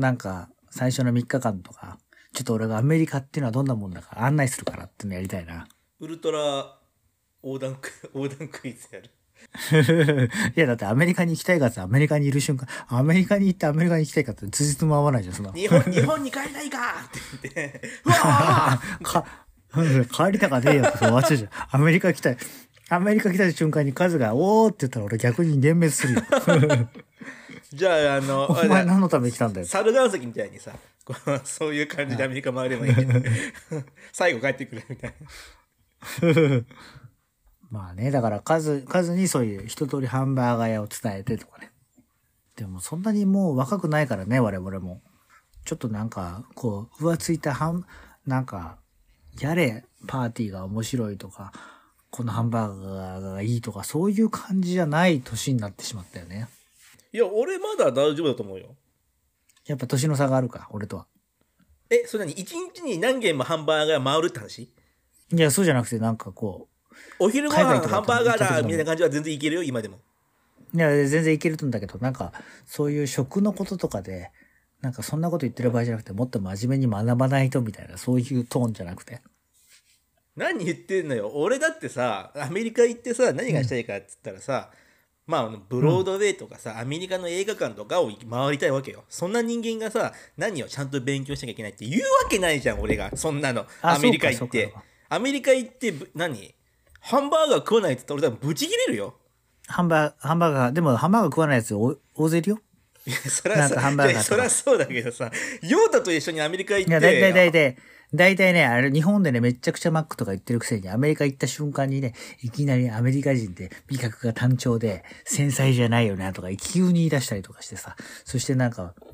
3日間とか、ちょっと俺がアメリカっていうのはどんなもんだか案内するからっていうのやりたいな。
ウルトラ横断クイズやる。
いやだってアメリカに行きたいかってアメリカにいる瞬間、アメリカに行ってアメリカに行きたいかって辻褄合わないじゃん、そんな。
日本に帰りたいかって言って、うわ
帰りたかねえよって終わっちゃうじゃん。アメリカ来た瞬間にカズがおーって言ったら俺逆に幻滅するよ。
じゃあ
お前何のために来たんだよ。
猿岩石みたいにさ、そういう感じでアメリカ回ればいいんじゃない？最後帰ってくるみたいな。
まあね、だから数にそういう一通りハンバーガー屋を伝えてとかね。でもそんなにもう若くないからね、我々も。ちょっとなんか、こう、浮ついたなんか、やれ、パーティーが面白いとか、このハンバーガーがいいとか、そういう感じじゃない年になってしまったよね。
いや、俺まだ大丈夫だと思うよ。
やっぱ年の差があるか、俺とは。
それ何？一日に何軒もハンバーガー回るって話？
いや、そうじゃなくて、なんかこう、
お昼ご飯ハンバーガーだみたいな感じは全然いけるよ、今でも。
いや、全然いけるんだけど、なんか、そういう食のこととかで、なんかそんなこと言ってる場合じゃなくて、もっと真面目に学ばないとみたいな、そういうトーンじゃなくて。
何言ってんのよ。俺だってさ、アメリカ行ってさ、何がしたいかって言ったらさ、ブロードウェイとかさ、アメリカの映画館とかを回りたいわけよ。そんな人間がさ、何をちゃんと勉強しなきゃいけないって言うわけないじゃん、俺が。そんなの。アメリカ行って。アメリカ行って、ハンバーガー食わないって言ったら俺多分ブチ切れるよ。
ハンバーガー、でもハンバーガー食わないやつ大勢いるよ。
いや、そりゃそうだけどさ、ヨータと一緒にアメリカ行って。
いや、だいたいね、日本でね、めちゃくちゃマックとか言ってるくせに、アメリカ行った瞬間にね、いきなりアメリカ人って味覚が単調で、繊細じゃないよなとか、急に言い出したりとかしてさ、そしてなんか、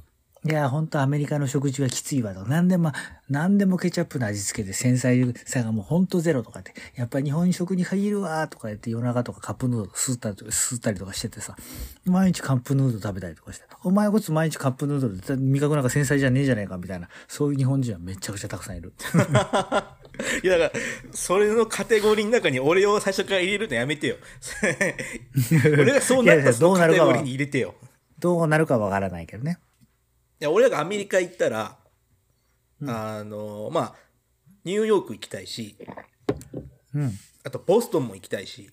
いや、本当アメリカの食事はきついわと。なんでもケチャップの味付けで繊細さがもう本当ゼロとかって。やっぱり日本食に限るわとか言って夜中とかカップヌードル吸ったりとかしててさ。毎日カップヌードル食べたりとかして。お前こそ毎日カップヌードルで味覚なんか繊細じゃねえじゃねえかみたいな。そういう日本人はめちゃくちゃたくさんいる。
いやだからそれのカテゴリーの中に俺を最初から入れるのやめてよ。俺がそうなったらそのカテゴリーに入れてよ。
どうなるかわからないけどね。
いや俺らがアメリカ行ったら、まあニューヨーク行きたいし、あとボストンも行きたいし、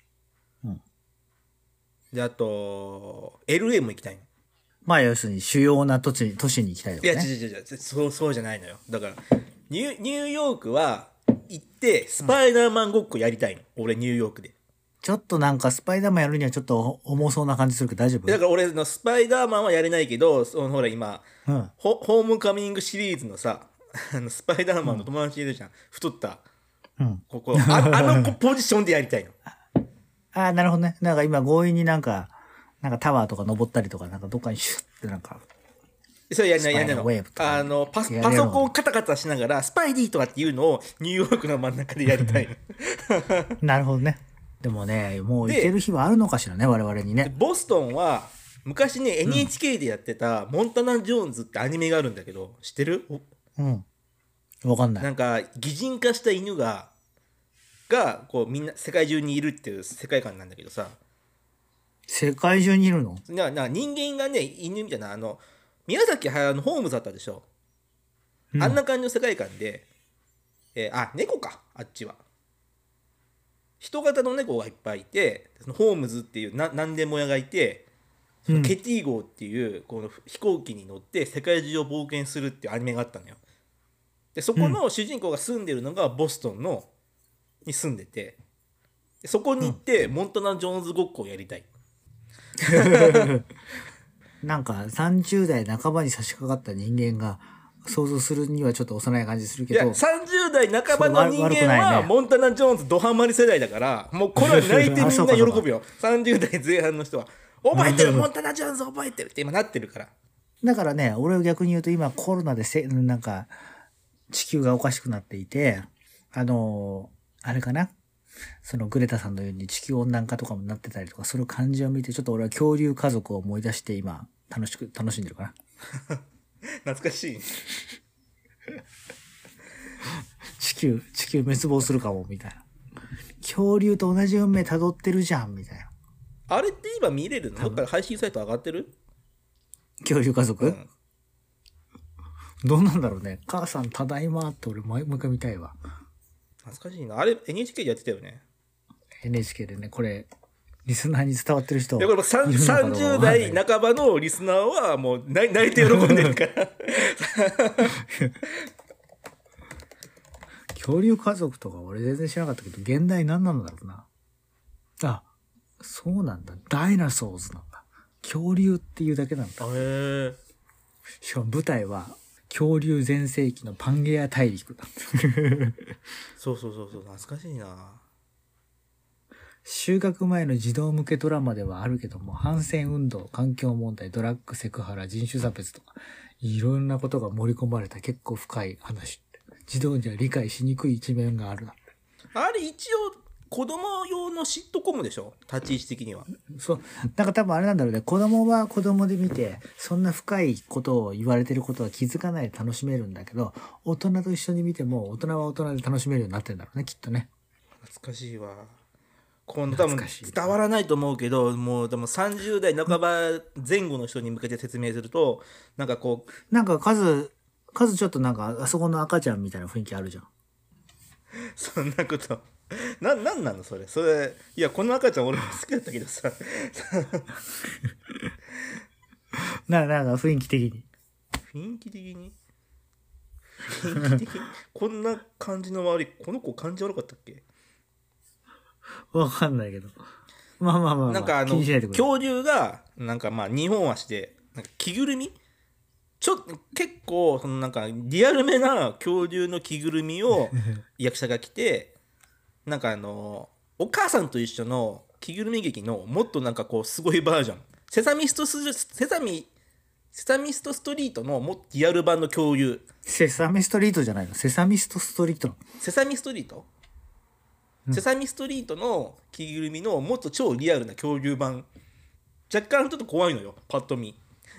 であと LA も行きたいの。
まあ要するに主要な都市に行きたいとかね。
いや違うそうじゃないのよ。だからニューヨークは行ってスパイダーマンごっこやりたいの、俺ニューヨークで。
ちょっとなんかスパイダーマンやるにはちょっと重そうな感じするけど大丈夫？
だから俺のスパイダーマンはやれないけど、ほら今、ホームカミングシリーズのさスパイダーマンの友達いるじゃん、太った、ここあの子ポジションでやりたいの。
あ、なるほどね。なんか今強引になんかタワーとか登ったりとか、なんかどっかにシュッってなんか。
それやんないの。パソコンをカタカタしながらスパイディとかっていうのをニューヨークの真ん中でやりたいの。
なるほどね。でもね、もう行ける日はあるのかしらね、我々にね。
ボストンは昔ね NHK でやってたモンタナ・ジョーンズってアニメがあるんだけど、知ってる？
わかんない。
なんか擬人化した犬がこうみんな世界中にいるっていう世界観なんだけどさ。
世界中にいるの？
人間がね犬みたいな、宮崎駿のホームズだったでしょ、あんな感じの世界観で、猫か、あっちは人型の猫がいっぱいいて、そのホームズっていう何でも屋がいて、そのケティ号っていうこの飛行機に乗って世界中を冒険するっていうアニメがあったのよ。でそこの主人公が住んでるのがボストンに住んでて、でそこに行ってモンタナ・ジョーンズごっこをやりたい。
なんか30代半ばに差し掛かった人間が想像するにはちょっと幼い感じするけど、
いや30代半ばの人間はモンタナ・ジョーンズドハマり世代だから、もうこれは泣いてみんな喜ぶよ。30代前半の人は覚えてる、モンタナ・ジョーンズ覚えてるって今なってるから。
だからね、俺を逆に言うと今コロナでなんか地球がおかしくなっていて、あれかな、そのグレタさんのように地球温暖化とかもなってたりとか、その感じを見てちょっと俺は恐竜家族を思い出して今楽しんでるかな。
懐かしい。
地球滅亡するかもみたいな。恐竜と同じ運命辿ってるじゃんみたいな。
あれって今見れるの？どっから配信サイト上がってる？
恐竜家族、どうなんだろうね。母さんただいまって俺もう一回見たいわ。
懐かしいな。あれ NHK でやってたよね。
NHK でね、これリスナーに伝わってる人いる
これ30代半ばのリスナーはもう泣いて喜んでるから
恐竜家族とか俺全然知らなかったけど、現代何なんだろうな。あ、そうなんだ。ダイナソーズなんだ。恐竜っていうだけなんだ。しかも舞台は恐竜全盛期のパンゲア大陸だ。
そう懐かしいな。
就学前の児童向けドラマではあるけども、反戦運動、環境問題、ドラッグ、セクハラ、人種差別とか、いろんなことが盛り込まれた結構深い話。児童には理解しにくい一面がある。
あれ一応子供用のシットコムでしょ、立ち位置的には。
そう。なんか多分あれなんだろうね。子供は子供で見て、そんな深いことを言われてることは気づかないで楽しめるんだけど、大人と一緒に見ても、大人は大人で楽しめるようになってるんだろうね、きっとね。
懐かしいわ。多分伝わらないと思うけど、もうでも30代半ば前後の人に向けて説明すると、なんかこう。
なんか数ちょっとなんか、あそこの赤ちゃんみたいな雰囲気あるじゃん。
そんなこと。なんなのそれ。いや、この赤ちゃん俺も好きだったけどさ。
なんか雰囲気的に。
雰囲気的にこんな感じの周り、この子感じ悪かったっけ？
わかんないけど。まあ、
なんか恐竜が、なんか2本足で、なんか着ぐるみ？結構、なんかリアルめな恐竜の着ぐるみを役者が着て、なんかお母さんと一緒の着ぐるみ劇のもっとなんかこうすごいバージョン。セサミスセサミストストリートのもっとリアル版の恐竜。
セサミストリートじゃないの？セサミストストリートの。
セサミストリート、セサミストリートの着ぐるみのもっと超リアルな恐竜版。若干ちょっと怖いのよ、パッと見。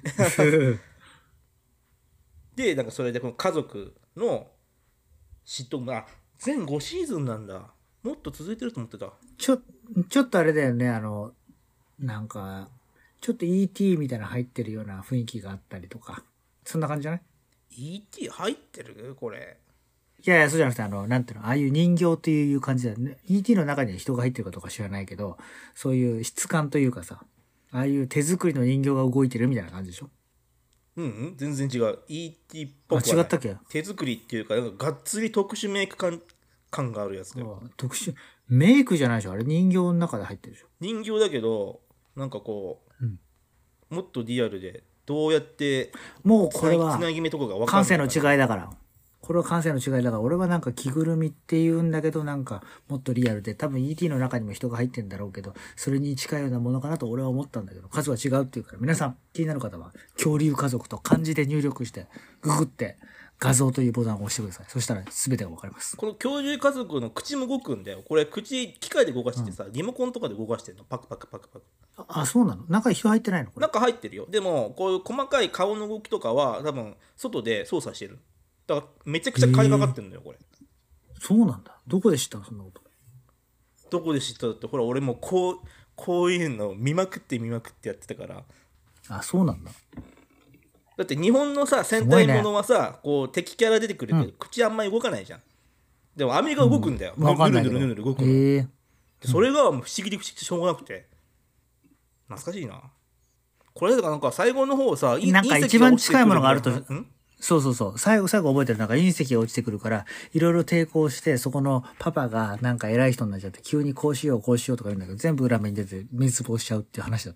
で、なんかそれでこの家族の嫉妬が、全5シーズンなんだ。もっと続いてると思ってた。
ちょっとあれだよね、なんか、ちょっと ET みたいな入ってるような雰囲気があったりとか。そんな感じじゃない？
ET 入ってるこれ。
いやいや、そうじゃなくて、なんていうの、ああいう人形っていう感じだよね。ET の中には人が入ってるかどうか知らないけど、そういう質感というかさ、ああいう手作りの人形が動いてるみたいな感じでしょ？
うん、全然違う。ET っぽくはない。
違ったっけ？
手作りっていうか、なんかがっつり特殊メイク感があるやつだよ。
特殊、メイクじゃないでしょ？あれ人形の中で入ってるでしょ？
人形だけど、なんかこう、もっとリアルで、どうやって
もうこれは
つなぎ目とかが分かんない。
感性の違いだから。これは感性の違いだから、俺はなんか着ぐるみって言うんだけど、なんかもっとリアルで、多分 ET の中にも人が入ってんだろうけど、それに近いようなものかなと俺は思ったんだけど、数は違うっていうから、皆さん気になる方は、恐竜家族と漢字で入力して、ググって画像というボタンを押してください。そしたら全てがわかります。
この恐竜家族の口も動くんだよ。これ口、機械で動かしてさ、リモコンとかで動かしてんの。パクパクパクパク。
あ、そうなの？中に人入ってないの？これ。
中入ってるよ。でも、こういう細かい顔の動きとかは、多分、外で操作してる。だから、めちゃくちゃ金かかってんのよ、これ。
そうなんだ。どこで知ったのそんなこと。
どこで知ったって、ほら、俺もこういうの見まくってやってたから。
あ、そうなんだ。
だって日本のさ、戦隊ものはさ、こう敵キャラ出てくるけど、口あんまり動かないじゃん。でもアメリカ動くんだよ。ぬるぬるぬる動くの。それが不思議でしょうがなくて。懐かしいな。これだからなんか最後の方さ、
なんか一番近いものがあると、そう。最後覚えてる。なんか隕石が落ちてくるから、いろいろ抵抗して、そこのパパがなんか偉い人になっちゃって、急にこうしようとか言うんだけど、全部裏目に出て滅亡しちゃうっていう話だった。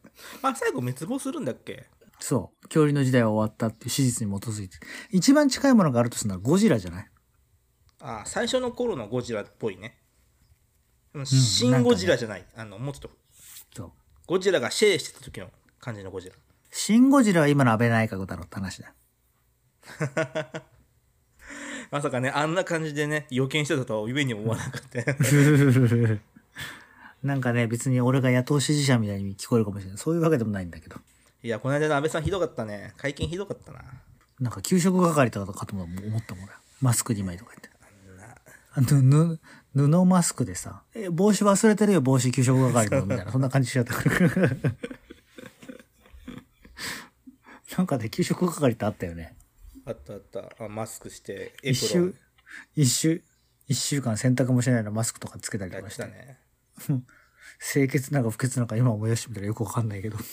あ、最後滅亡するんだっけ？
そう。恐竜の時代は終わったっていう史実に基づいて。一番近いものがあるとするのはゴジラじゃない？
あ、最初の頃のゴジラっぽいね。シンゴジラじゃない。もうちょっと。そう。ゴジラがシェイしてた時の感じのゴジラ。
シンゴジラは今の安倍内閣だろうって話だ。
まさかね、あんな感じでね、予見してたとは夢にも思わなかった。
なんかね、別に俺が野党支持者みたいに聞こえるかもしれない。そういうわけでもないんだけど。
いや、この間の安倍さんひどかったね。会見ひどかったな。
なんか給食係とかとも思ったもん。マスク2枚とか言って。布マスクでさ、帽子忘れてるよ、帽子給食係のみたいな、そんな感じしちゃったから。なんかね、給食係ってあったよね。
あった。マスクして、
一週間洗濯もしないのマスクとかつけたりとかして。ね、清潔なのか不潔なのか今思い出してみたらよくわかんないけど。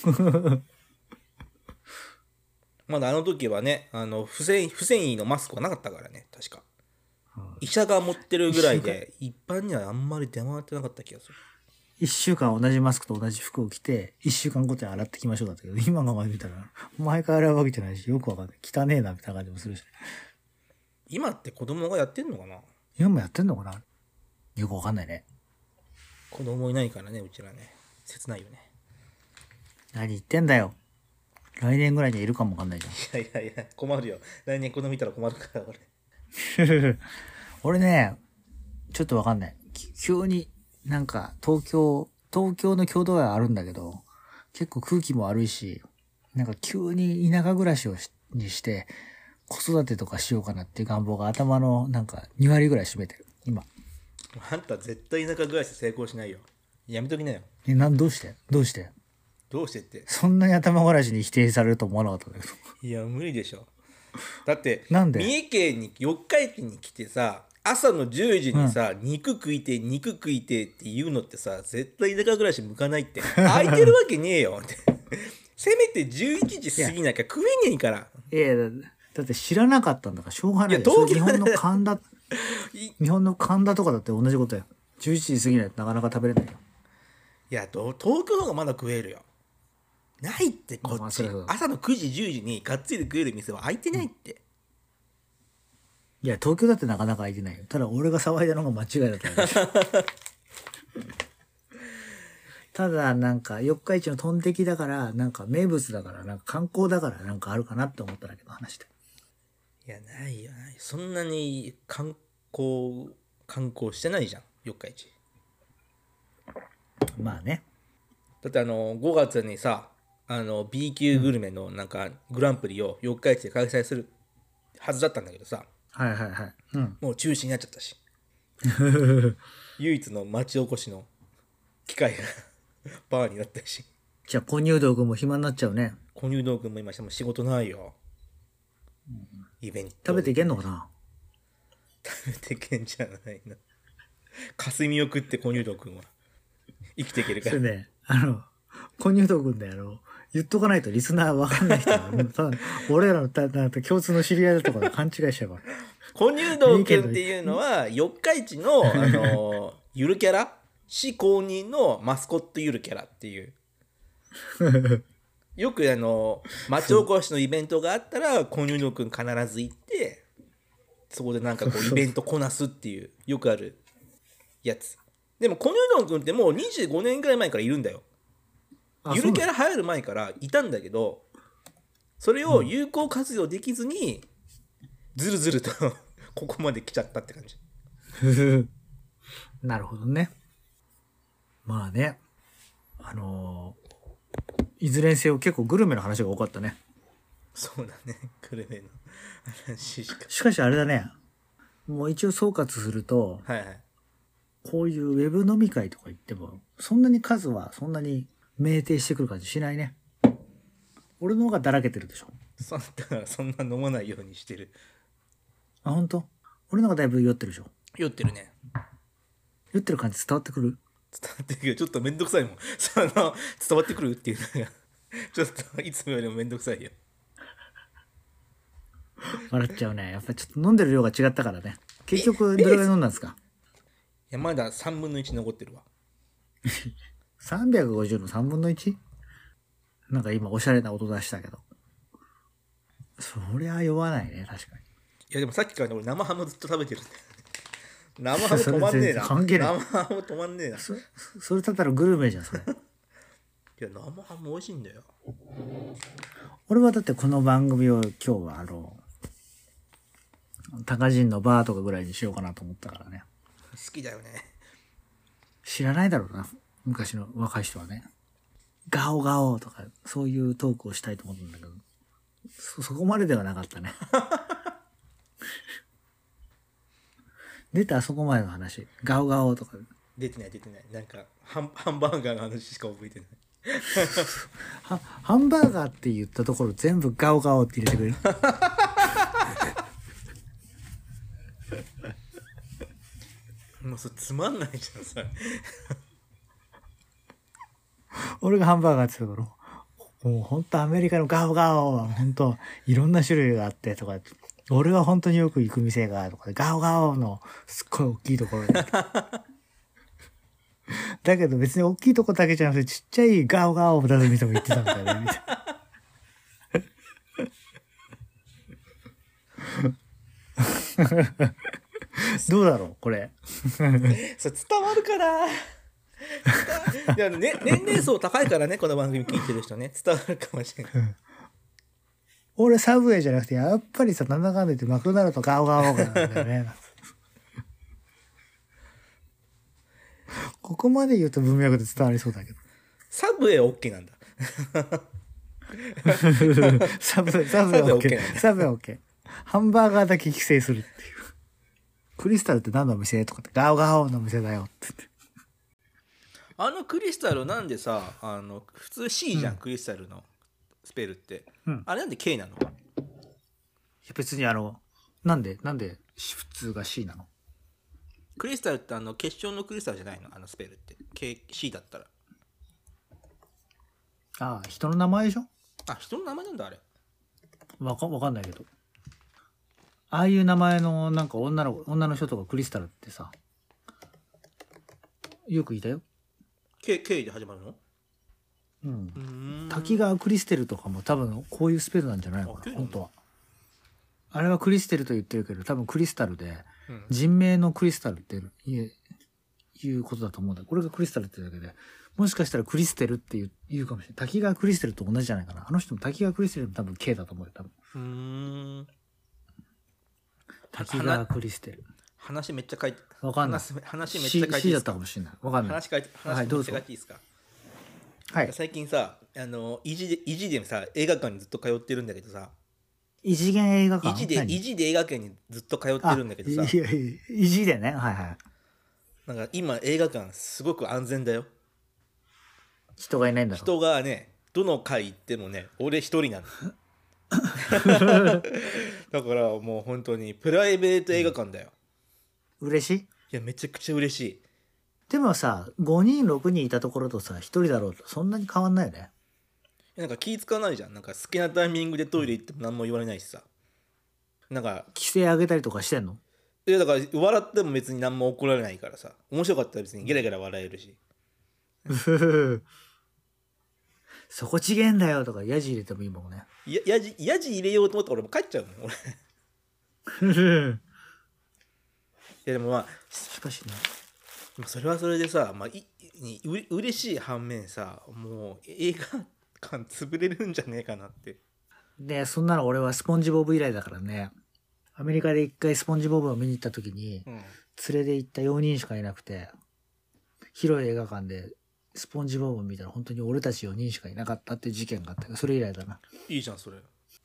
まだあの時はね、不繊維のマスクはなかったからね、確か。医者が持ってるぐらいで、一般にはあんまり出回ってなかった気がする。
1週間同じマスクと同じ服を着て、1週間ごとに洗ってきましょうだったけど、今の前見たら、毎回洗うわけじゃないし、よくわかんない。汚ねえな、みたいな感じもするし。
今って子供がやってんのかな？
今もやってんのかな？よくわかんないね。
子供いないからね、うちらね。切ないよね。
何言ってんだよ。来年ぐらいにはいるかもわかんないじゃん。
いや、困るよ。来年子供見たら困るから、
俺。俺ね、ちょっとわかんない。急に、なんか、東京の郷土愛はあるんだけど、結構空気も悪いし、なんか急に田舎暮らしにして、子育てとかしようかなっていう願望が頭のなんか2割ぐらい占めてる、今。
あんた絶対田舎暮らし成功しないよ。やめときなよ。
どうして
って。
そんなに頭ごなしに否定されると思わなかったんだけど。
いや、無理でしょ。だって、
なんで？
三重県に四日市に来てさ、朝の10時にさ、肉食いてって言うのってさ、絶対田舎暮らし向かないって。空いてるわけねえよって。せめて11時過ぎなきゃ食えねえから。
いや、だって知らなかったんだからしょうがないよ。日本の神田とかだって同じことや。11時過ぎないとなかなか食べれないよ。
いや、東京の方がまだ食えるよ。ないってこっち。朝の9時10時にがっつり食える店は開いてないって。
いや、東京だってなかなか開いてないよ。ただ俺が騒いだのが間違いだった。 ただなんか四日市のトンテキだからなんか名物だからなんか観光だからなんかあるかなって思っただけの話で。
いやないよない。そんなに観光してないじゃん四日市。
まあね。
だって5月にさB 級グルメのなんかグランプリを四日市で開催するはずだったんだけどさ、
はいはいはい。うん。
もう中止になっちゃったし唯一の町おこしの機会がバーになったし。
じゃあ、小乳道具も暇になっちゃうね。
小乳道具も今しても仕事ないよ、イベント
食べていけんのかな。
食べていけんじゃないな。霞を食って小乳道君は生きていけるから。
それね、小乳道具で言っとかないとリスナーわかんない人は、ただ俺らの共通の知り合いだとかで勘違いしちゃうから。
小乳道君っていうのは四日市のゆるキャラ市公認のマスコットゆるキャラっていうよく町おこしのイベントがあったら小乳道君必ず行ってそこでなんかこうイベントこなすっていうよくあるやつ。でも小乳道君ってもう25年ぐらい前からいるんだよ。ゆるキャラ流行る前からいたんだけど、それを有効活用できずにずるずるとここまで来ちゃったって感じ。
なるほどね。まあね。いずれにせよ結構グルメの話が多かったね。
そうだね。グルメの話しか。
しかしあれだね。もう一応総括すると、
はいはい。
こういうウェブ飲み会とか行っても、そんなに数はそんなに酩酊してくる感じしないね。俺の方がだらけてるでしょ。
だからそんな飲まないようにしてる。
あ、本当？俺の方がだいぶ酔ってるでしょ。
酔ってるね。
酔ってる感じ伝わってくる？
伝わってくる。ちょっとめんどくさいもん。伝わってくるっていうのがちょっといつもよりもめんどくさいよ。
笑っちゃうね。やっぱりちょっと飲んでる量が違ったからね。結局どれぐらい飲んだんですか？
いやまだ3分の1残ってるわ。
350の3分の 1？ なんか今おしゃれな音出したけど。そりゃ酔わないね、確かに。
いやでもさっきから俺生ハムずっと食べてるんだよね。生ハム止まんねえな。
関係ない。
生ハム止まんねえな。
それだったらグルメじゃん、それ。
いや生ハム美味しいんだよ。
俺はだってこの番組を今日は高人のバーとかぐらいにしようかなと思ったからね。
好きだよね。
知らないだろうな、昔の若い人はね。ガオガオとかそういうトークをしたいと思ったんだけど、そこまでではなかったね。出た、そこまでの話。ガオガオとか。
出てない。なんかハンバーガーの話しか覚えてない。
ハンバーガーって言ったところ全部ガオガオって入れてくれる。
もうそれつまんないじゃんそれ。
俺がハンバーガーって言ったところ、もう本当アメリカのガオガオは本当いろんな種類があってとか、俺は本当によく行く店がとか、ガオガオのすっごい大きいところで。だけど別に大きいとこだけじゃなくてちっちゃいガオガオを出す店も行ってたんだよね、みたいな。どうだろうこれ。
それ伝わるかな。いや、ね、年齢層高いからねこの番組聞いてる人ね伝わるかもしれない。
俺サブウェイじゃなくてやっぱりさ、なんだかんだ言ってマクドナルドガオガオがなんだよね。ここまで言うと文脈で伝わりそうだけど。
サブウェイ OK なんだ。
サブウェイ OK。サブウェイ OK。ハンバーガーだけ規制するっていう。クリスタルって何の店とかってガオガオの店だよって言って。
クリスタルなんでさ普通 C じゃん、クリスタルのスペルって、あれなんで K なの？いや
別になんで普通が C なの？
クリスタルって結晶のクリスタルじゃないのスペルって C だったら。
ああ、人の名前でしょ？
あ、人の名前なんだあれ。
わかんないけど。ああいう名前のなんか女の人とかクリスタルってさ、よくいたよ。
K で始まるの？
うん。滝川クリステルとかも多分こういうスペルなんじゃないのかな、本当は。あれはクリステルと言ってるけど、多分クリスタルで、人名のクリスタルって言いうことだと思うんだ。これがクリスタルってだけで、もしかしたらクリステルって言うかもしれない。滝川クリステルと同じじゃないかな。あの人も滝川クリステルも多分 K だと思うよ、多分。滝川クリステル。
話めっちゃ書いて。
わかんない。
話めっちゃ書いていいですか。
C だったかもしれない。わかんない。
話めっちゃ書いていいですか。
はい。
最近さ、意地でさ、映画館にずっと通ってるんだけどさ。
異次元映画館？
意地で映画館にずっと通ってるんだけどさ。
異次でね。はいはい。
なんか今映画館すごく安全だよ。
人がいないんだろ。
人がね、どの回行ってもね、俺一人なの。だからもう本当にプライベート映画館だよ。
嬉しい？い
や、めちゃくちゃ嬉しい。
でもさ、5人6人いたところとさ、1人だろうとそんなに変わんないよね。
なんか気使わないじゃん。なんか好きなタイミングでトイレ行っても何も言われないしさ。なんか
規制上げたりとかしてんの？
いや、だから笑っても別に何も怒られないからさ。面白かったら別にゲラゲラ笑えるし。
そこちげえんだよとかヤジ入れてもいいもんね。
やじ入れようと思ったら俺も帰っちゃうもん俺。いやでもまあ
しかしね、
それはそれでさ、まあ、嬉しい反面さ、もう映画館潰れるんじゃねえかなって。
で、そんなの俺はスポンジボブ以来だからね。アメリカで一回スポンジボブを見に行った時に、連れて行った4人しかいなくて、広い映画館でスポンジボブを見たら本当に俺たち4人しかいなかったっていう事件があったけど、それ以来だな。
いいじゃんそれ。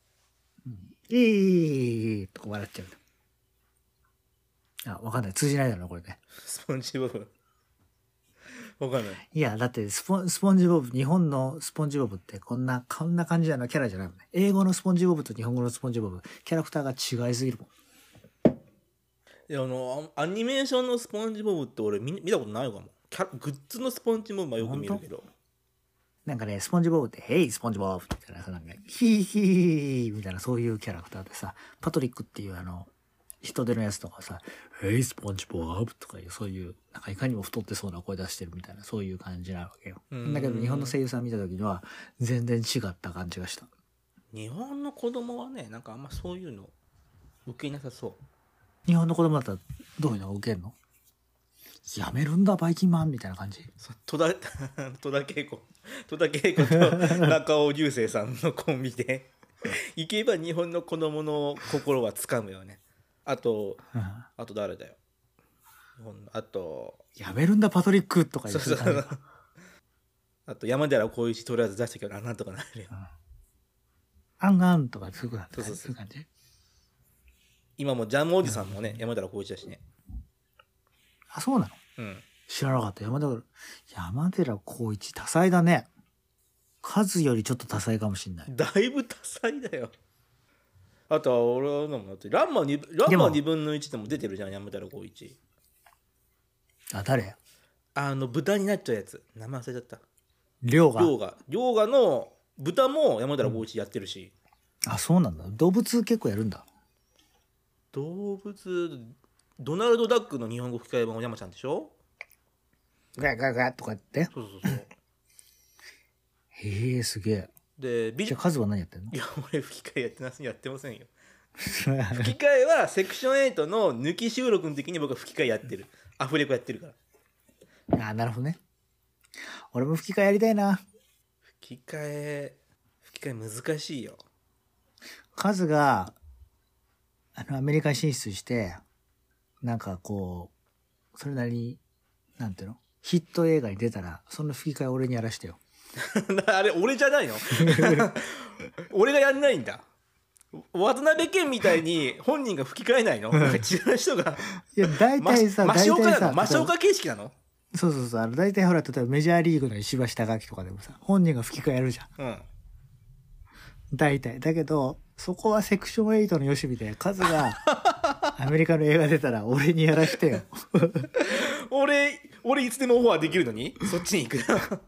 いいとか笑っちゃう。あ、わかんない。通じないだろな、これね。
スポンジボブ。わかんない。
いや、だってスポンジボブ、日本のスポンジボブってこんな感じなキャラじゃないもんね。英語のスポンジボブと日本語のスポンジボブ、キャラクターが違いすぎるもん。
いや、アニメーションのスポンジボブって俺見たことないかも。グッズのスポンジボブはよく見るけど。
なんかね、スポンジボブって、ヘイスポンジボブみたいなさ、なんか、ヒーヒーみたいなそういうキャラクターでさ、パトリックっていう人手のやつとかさ、ヘイスポンジボブとかいう、そういう、なんかいかにも太ってそうな声出してるみたいな、そういう感じなわけよ。だけど日本の声優さん見た時には、全然違った感じがした。
日本の子供はね、なんかあんまそういうの受けなさそう。
日本の子供だったらどういうのを受けるの？やめるんだバイキンマンみたいな感じ。
戸田恵子と中尾隆聖さんのコンビで行けば日本の子供の心はつかむよね。あと誰だよ。あと
やめるんだパトリックとか言ってた。
あと山寺宏一とりあえず出したけどなんとかなるよ。
アンガンとかそういう感じ。
今もジャムおじさんもね、山寺宏一だしね。
あ、そうなの？知らなかった。山寺宏一多彩だね。数よりちょっと多彩かもしんない。
だいぶ多彩だよ。あとは俺のもだってランマ2分の1でも出てるじゃん、山寺宏一。
あ、誰？
豚になっちゃうやつ。名前忘れちゃった。
龍河
の豚も山寺宏一やってるし。
あ、そうなんだ。動物結構やるんだ。
動物ドナルド・ダックの日本語吹き替え版は山ちゃんでしょ。
ガガガとか言って。
そう
へえ、すげえ。
で
じゃあカズは何やってんの？
いや俺吹き替えやってませんよ。吹き替えはセクション8の抜き収録の時に僕は吹き替えやってる。アフレコやってるから。
あ、なるほどね。俺も吹き替えやりたいな。
吹き替え難しいよ。
カズがアメリカ進出してなんかこうそれなりになんていうのヒット映画に出たらその吹き替え俺にやらしてよ。
あれ俺じゃないの？俺がやんないんだ。渡辺謙みたいに本人が吹き替えないの？違う人が。
いや大体さ
真岡形式なの？
そう大体ほら例えばメジャーリーグの石橋貴明とかでもさ本人が吹き替えやるじゃん。大体だけどそこはセクション8のよしみでカズがアメリカの映画出たら俺にやらしてよ。
俺いつでもオファーできるのにそっちに行く。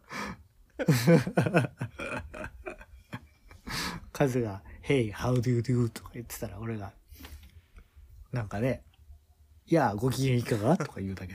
カズが Hey how do you do とか言ってたら俺がなんかねいやご機嫌いかがとか言うだけ。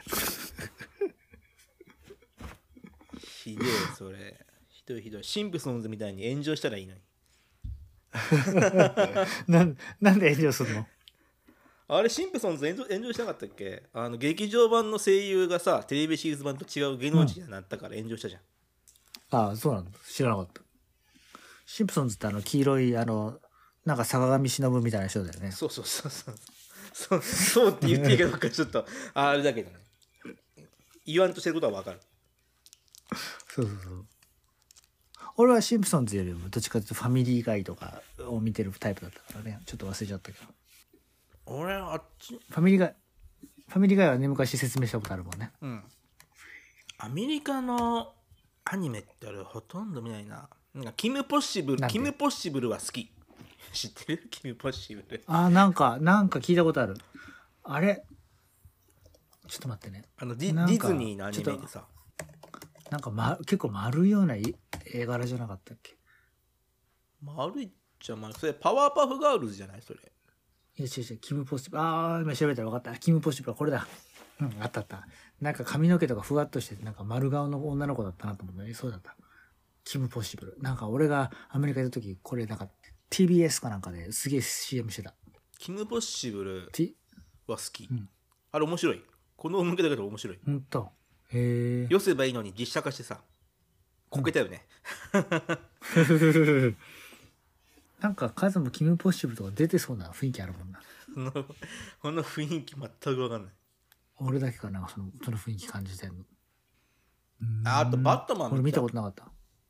ひでえそれひどいシンプソンズみたいに炎上したらいいのに。
なんで炎上するの？
あれシンプソンズ炎上しなかったっけ？劇場版の声優がさテレビシリーズ版と違う芸能人になったから炎上したじゃん。
ああ、そうなんだ。知らなかった。シンプソンズって黄色い、なんか坂上忍みたいな人だよね。
そうそうって言っていいかどうかちょっとあれだけどね。言わんとしてることは分かる。
そう。俺はシンプソンズよりもどっちかというとファミリーガイとかを見てるタイプだったからね。ちょっと忘れちゃったけど。
俺あっち
ファミリーガイはね、昔説明したことあるもんね。
うん。アメリカのアニメって俺ほとんど見ないな。なんかキムポッシブルは好き。知ってる？キムポッシブル。
ああ、なんか聞いたことある。あれちょっと待ってね。
ディズニーのアニメでさ。
なんか、結構丸いような絵柄じゃなかったっけ？
丸いっちゃ丸い。それパワーパフガールズじゃないそれ。
いや違う、キムポッシブル。ああ、今調べたら分かった。キムポッシブルはこれだ。うん、あった。なんか髪の毛とかふわっとしてて、なんか丸顔の女の子だったなと思ったね。そうだった。キムポッシブル。なんか俺がアメリカ行った時、これなんか TBS かなんかですげえ CM してた。
キムポッシブルは好き。
うん、
あれ面白い。この向けだけど面白い。
ほんと。へえ。
寄せばいいのに実写化してさ、こけたよね。
なんか数もキムポッシブルとか出てそうな雰囲気あるもんな。
この雰囲気全く分かんない。
俺だけかな、その雰囲気感じてんの。
あとバットマン
俺見たことなかった。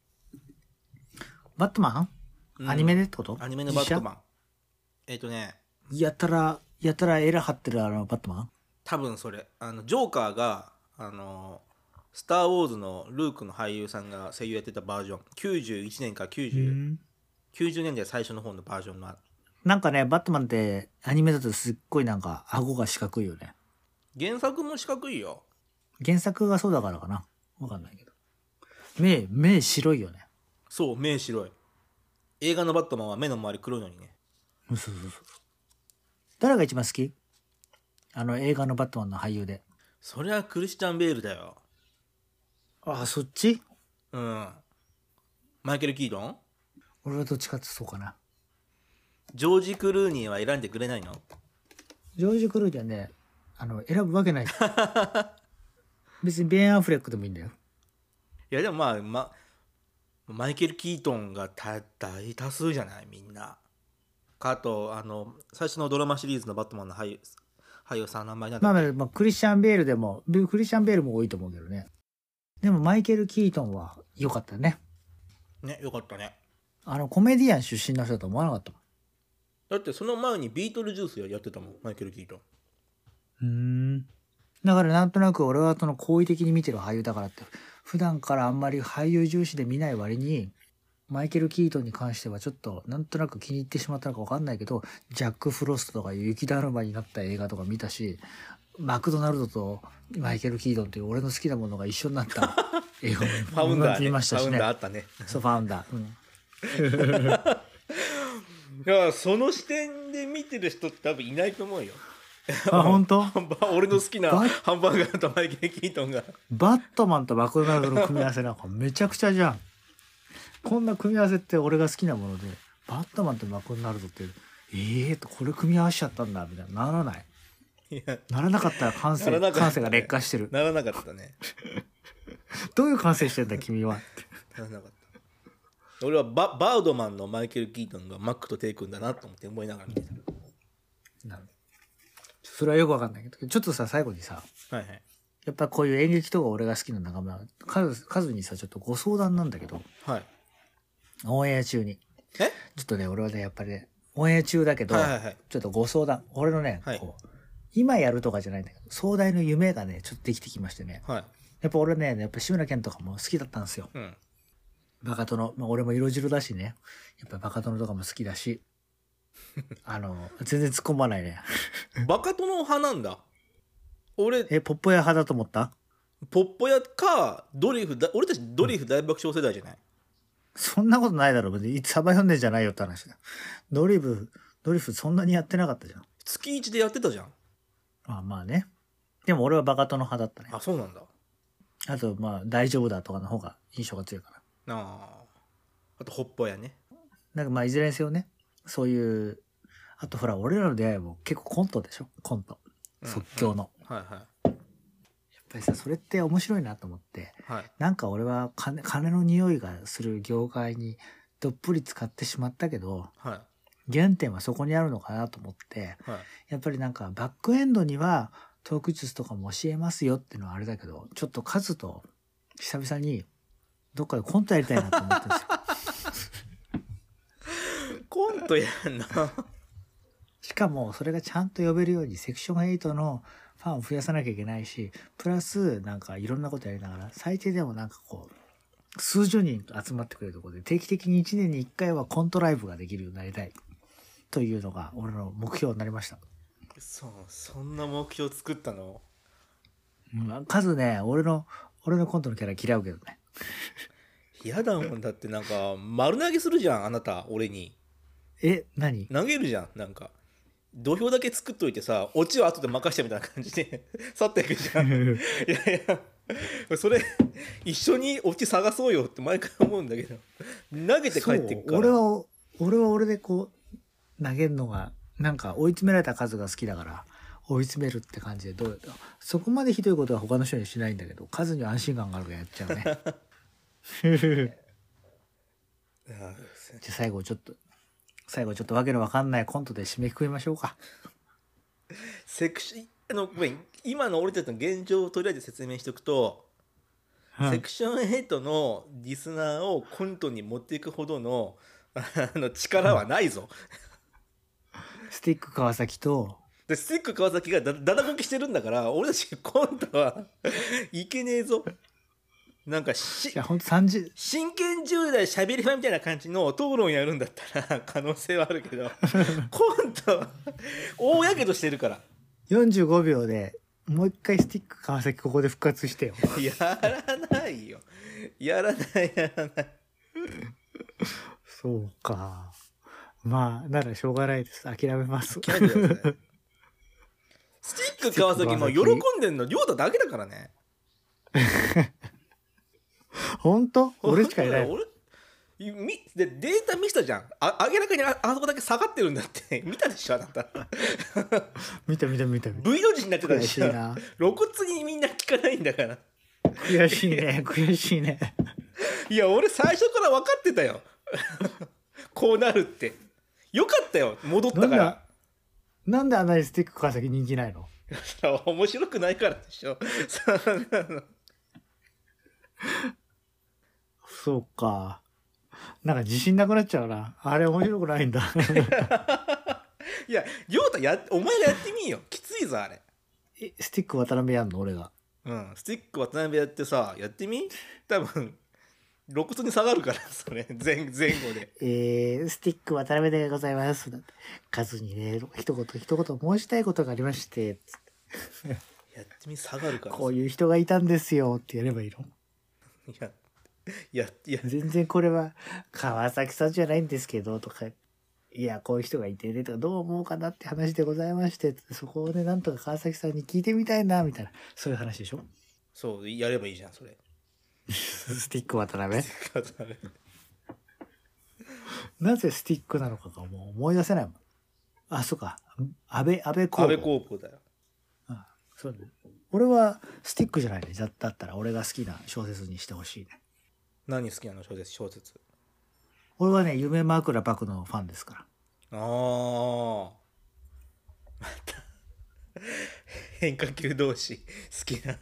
バットマン、アニメでってこと？
アニメのバットマン。
やたらエラ張ってるバットマン？
多分それ。ジョーカーが、スター・ウォーズのルークの俳優さんが声優やってたバージョン。91年か90年代最初の方のバージョンの。
なんかね、バットマンってアニメだとすっごいなんか顎が四角いよね。
原作も四角いよ。
原作がそうだからかな。わかんないけど。目白いよね。
そう、目白い。映画のバットマンは目の周り黒いのにね。
そう。誰が一番好き？映画のバットマンの俳優で。
そりゃクリスチャン・ベールだよ。
ああ、そっち？
うん。マイケル・キートン？
俺はどっちかってそうかな。
ジョージ・クルーニーは選んでくれないの？
ジョージ・クルーニーはね、選ぶわけない。別にベン・アフレックでもいいんだよ。
いやでもマイケル・キートンが大多数じゃないみんな。あと最初のドラマシリーズのバットマンの俳優さんの名前なんだっけ？
まあクリスチャン・ベールも多いと思うけどね。でもマイケル・キートンは良かったね。
ね、よかったね。
コメディアン出身の人だと思わなかったもん。
だってその前にビートルジュースやってたもん、マイケル・キート
ン。だからなんとなく俺は好意的に見てる俳優だからって、普段からあんまり俳優重視で見ない割に、マイケル・キートンに関してはちょっとなんとなく気に入ってしまったのか分かんないけど、ジャック・フロストとかいう雪だるまになった映画とか見たし、マクドナルドとマイケル・キートンという俺の好きなものが一緒になった映画も
ファウンダー、ね、
見ましたしね。
ファウンダーあったね。
そう、ファウンダー。
いやその視点で見てる人って多分いないと思うよ。
あ、本当？
俺の好きなハンバーガーとマイケル・キートンが。
バットマンとマクドナルドの組み合わせなんかめちゃくちゃじゃん。こんな組み合わせって俺が好きなもので、バットマンとマクドナルドってこれ組み合わせちゃったんだみたいな、ならない。
いや
ならなかったら感性が劣化してる。
ならなかったね。
どういう感性してんだ君は。
ならなかった。俺はバードマンのマイケル・キートンがマックとテイ君だなと思って思いながら見てた。
なるほど。それはよくわかんないけど、ちょっとさ、最後にさ、
はいはい。
やっぱこういう演劇とか俺が好きな仲間、数にさ、ちょっとご相談なんだけど、
はい。
オンエア中に。ちょっとね、俺はね、やっぱりね、オンエア中だけど、ちょっとご相談、俺のね、今やるとかじゃないんだけど、壮大の夢がね、ちょっとできてきましてね。
はい。
やっぱ俺ね、やっぱ志村けんとかも好きだったんですよ。
うん。
バカ殿、俺も色白だしね。やっぱバカ殿とかも好きだし。全然突っ込まないね。
バカ殿派なんだ。俺、
ポッポ屋派だと思った？
ポッポ屋か、俺たちドリフ大爆笑世代じゃない？
そんなことないだろ。いつサバ読んでんじゃないよって話だ。ドリフそんなにやってなかったじゃん。
月1でやってたじゃん。
まあね。でも俺はバカ殿派だったね。
あ、そうなんだ。
あと、大丈夫だとかの方が印象が強いかな。
あと、ホッポ屋ね。
なんかいずれにせよね、そういう、 あとほら、俺らの出会いも結構コントでしょ、コント。即興の。
はいはい。
やっぱりさ、それって面白いなと思って、
はい。
なんか俺は金の匂いがする業界にどっぷり使ってしまったけど、
はい。
原点はそこにあるのかなと思って、
はい。
やっぱりなんかバックエンドにはトーク術とかも教えますよっていうのはあれだけど、ちょっとカズと久々にどっかでコントやりたいなと思ってるんですよ。
コントやんな。
しかもそれがちゃんと呼べるようにセクション8のファンを増やさなきゃいけないし、プラスなんかいろんなことやりながら、最低でもなんかこう、数十人集まってくれるところで定期的に1年に1回はコントライブができるようになりたいというのが俺の目標になりました。
そんな目標作ったの？
数ね、俺のコントのキャラ嫌うけどね。
嫌だもん。だってなんか丸投げするじゃん、あなた俺に。
何？
投げるじゃん。なんか土俵だけ作っといてさ、オチは後で任してみたいな感じで去っていくじゃん。いやそれ一緒にオチ探そうよって毎回思うんだけど、投げて帰っていくから。
俺は俺でこう投げるのがなんか追い詰められた数が好きだから追い詰めるって感じで、そこまでひどいことは他の人にしないんだけど、数に安心感があるからやっちゃうね。じゃあ最後ちょっとわけのわかんないコントで締めくくりましょうか。
ごめん、今の俺たちの現状をとりあえず説明しておくと、セクション8のリスナーをコントに持っていくほどの力はないぞ。
スティック川崎と
でスティック川崎がだだこきしてるんだから、俺たちコントはいけねえぞ。なんか
いや本当30
真剣10代しゃべりファみたいな感じの討論やるんだったら可能性はあるけどコント大やけどしてるから。
45秒でもう一回スティック川崎ここで復活してよ。
やらないよ。やらない。
そうか。まあならしょうがないです。諦めます。
スティック川崎も喜んでんの亮太だけだからね。
本当？俺しかいない。
でデータ見せたじゃん。明らかにあそこだけ下がってるんだって見たでしょあなた。
見た。
V の字になってたでしょ。露骨にみんな聞かないんだから。
悔しいね。
いや俺最初から分かってたよ。こうなるって。よかったよ戻ったから。
なんであんなにスティック川崎人気ないの？
面白くないからでしょ。
そうか。なんか自信なくなっちゃうな。あれ面白くないんだ。
いや、亮太お前がやってみよ。きついぞあれ。
スティック渡辺やんの俺が。
スティック渡辺やってさ、やってみ。多分露骨に下がるからそれ前後で。
スティック渡辺でございます。数にね一言申したいことがありまして。
やってみ下がるから。
こういう人がいたんですよってやればいいの？
いや
全然これは川崎さんじゃないんですけどとか、いやこういう人がいてねとかどう思うかなって話でございまして、そこをねなんとか川崎さんに聞いてみたいなみたいな、そういう話でしょ。
そうやればいいじゃんそれ。
スティック渡辺なぜスティックなのかがもう思い出せないもん。あ、そうか、安倍公
房だよ。
そうね。俺はスティックじゃないね。だったら俺が好きな小説にしてほしいね。
何好きなの小説。
俺はね、夢枕漠のファンですから。
また変化球同士好きな。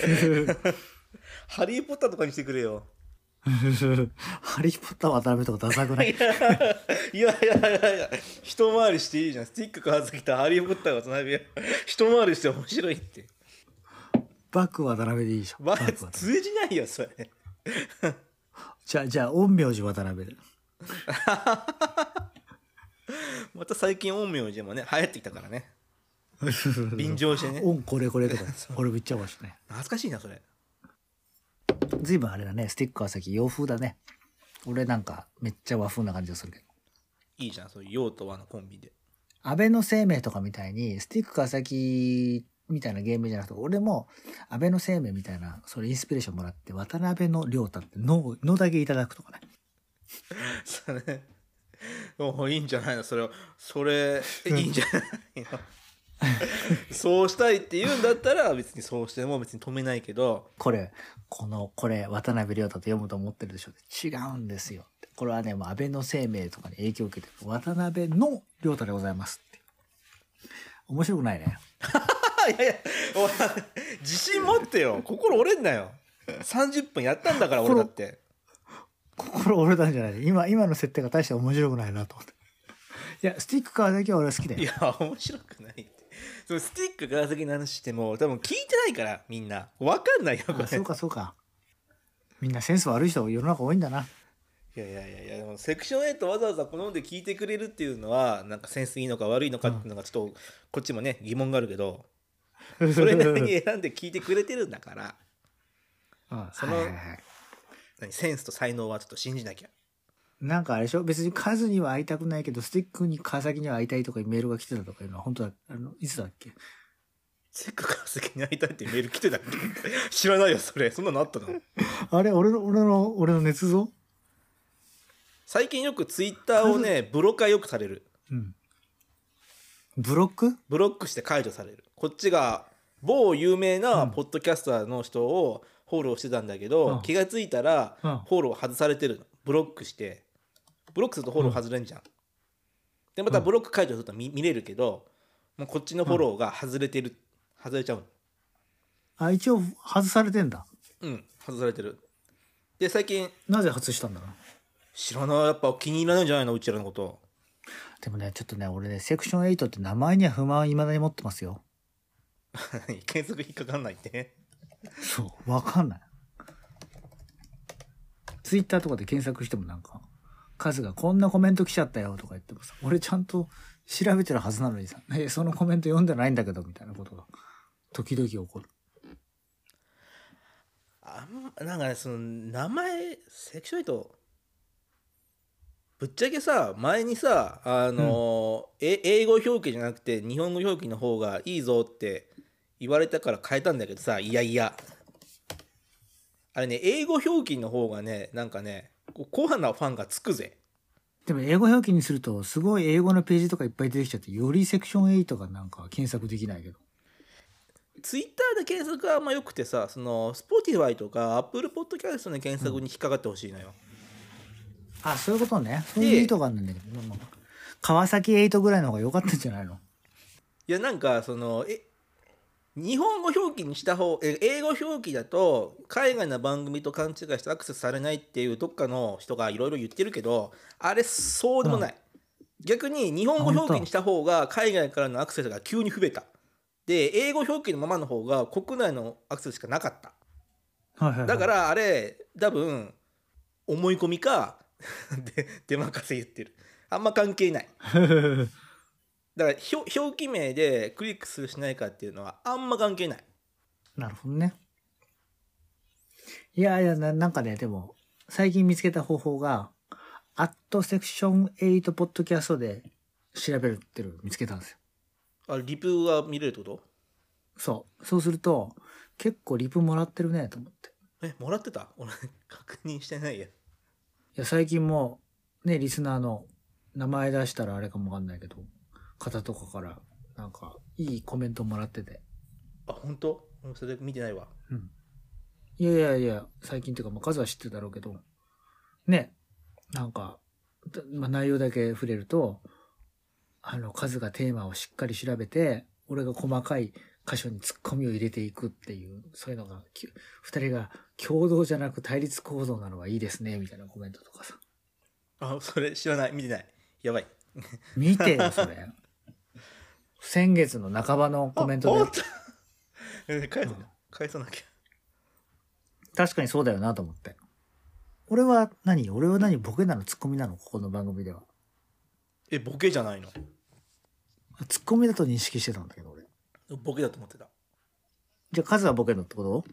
ハリーポッターとかにしてくれよ。
ハリーポッター渡辺とかダサくない？
いや一回りしていいじゃん。スティック川崎とハリーポッター渡辺一回りして面白いって。
バック渡辺でいいでしょ。
通じないよそれ。
じゃあ陰陽師渡辺で。
また最近陰陽師もね流行ってきたからね。便乗してね。
これとか俺も言っちゃうかもしれない。
懐かしいなそれ。
随分あれだね、スティック川崎洋風だね。俺なんかめっちゃ和風な感じがするけど。
いいじゃんそういう洋と和のコンビで。
安倍の生命とかみたいにスティック川崎みたいなゲームじゃなくて、俺も安倍の生命みたいなそれインスピレーションもらって渡辺の亮太ってのだけいただくとかね。
おいいんじゃないのそれいいんじゃないのそうしたいって言うんだったら別にそうしても別に止めないけど、
これ、渡辺亮太と読むと思ってるでしょ。違うんですよ。これはね、もう安倍の生命とかに影響を受けてる渡辺の亮太でございますって。面白くないね。
いやいや、お前自信持ってよ。心折れんなよ。30分やったんだから俺だって。
心折れたんじゃない。今の設定が大して面白くないなと思って。いや、スティック川崎は俺は好きだよ。
いや、面白くないって。そのスティック川崎の話しても多分聞いてないからみんな。わかんないよ、これ。
そうか。みんなセンス悪い人世の中多いんだな。
いや、でもセクション8わざわざ好んで聞いてくれるっていうのは、なんかセンスいいのか悪いのかっていうのがちょっと、こっちもね、疑問があるけど、それなりに選んで聞いてくれてるんだから、その、センスと才能はちょっと信じなきゃ。
なんかあれでしょ、別にカズには会いたくないけど、スティックに川崎には会いたいとかメールが来てたとかいうのは本当だ、いつだっけ？
スティック川崎に会いたいってメール来てたっけ？知らないよ、それ。そんなのあったの？
あれ俺の捏造？
最近よくツイッターをね、ブロッカーよくされる。
うん。ブロックして解除される。こっちが某有名なポッドキャスターの人をフォローしてたんだけど、気がついたらフォロー外されてるの。ブロックして。ブロックするとフォロー外れんじゃん。で、またブロック解除すると見れるけど、もうこっちのフォローが外れちゃうの。 あ、一応外されてんだ。
うん、外されてる。で、最近。
なぜ外したんだろう？
知らない。やっぱ気に入らないんじゃないの、うちらのこと。
でもね、ちょっとね、俺ね、セクション8って名前には不満を未だに持ってますよ。
検索引っかかんないって。
そう、わかんない。ツイッターとかで検索してもなんか、カズがこんなコメント来ちゃったよとか言ってもさ、俺ちゃんと調べてるはずなのにさ、そのコメント読んでないんだけど、みたいなことが、時々起こる。
なんかね、その名前、セクション8、ぶっちゃけさ、前にさ、英語表記じゃなくて日本語表記の方がいいぞって言われたから変えたんだけどさ、いや。あれね、英語表記の方がね、なんかね、コアなファンがつくぜ。
でも英語表記にすると、すごい英語のページとかいっぱい出てきちゃって、よりセクション8がなんか検索できないけど。
ツイッターで検索はあんま良くてさ、その、Spotify とか Apple Podcast の検索に引っかかってほしいのよ。
あ、そういうことね。そういう意図があるんだけど、川崎8ぐらいの方が良かったんじゃないの？
いや、なんか、その、日本語表記にした方、英語表記だと、海外の番組と勘違いしてアクセスされないっていうどっかの人がいろいろ言ってるけど、あれ、そうでもない。逆に、日本語表記にした方が、海外からのアクセスが急に増えた。で、英語表記のままの方が、国内のアクセスしかなかった。だから、あれ、多分、思い込みか、出任せ言ってる。あんま関係ない。だから表記名でクリックするしないかっていうのはあんま関係ない。
なるほどね。いや、なんかね、でも、最近見つけた方法が、セクション8ポッドキャストで調べるって見つけたんですよ。
あ、リプが見れるってこと？
そう。そうすると、結構リプもらってるね、と思って。
もらってた？俺、確認してないや。
いや、最近も、ね、リスナーの名前出したらあれかもわかんないけど、方とかから、なんか、いいコメントもらってて。
あ、本当？それ見てないわ。
うん。いや、最近っていうか、数は知ってるだろうけど、ね、なんか、内容だけ触れると、数がテーマをしっかり調べて、俺が細かい箇所に突っ込みを入れていくっていう、そういうのが、二人が共同じゃなく対立構造なのはいいですね、みたいなコメントとかさ。
あ、それ知らない。見てない。やばい。
見てよ、それ。先月の半ばのコメント
で。返さなきゃ。
確かにそうだよなと思って。俺は何ボケなのツッコミなのここの番組では。
ボケじゃないの？
ツッコミだと認識してたんだけど、俺。
ボケだと思ってた。
じゃあ数はボケのってこと？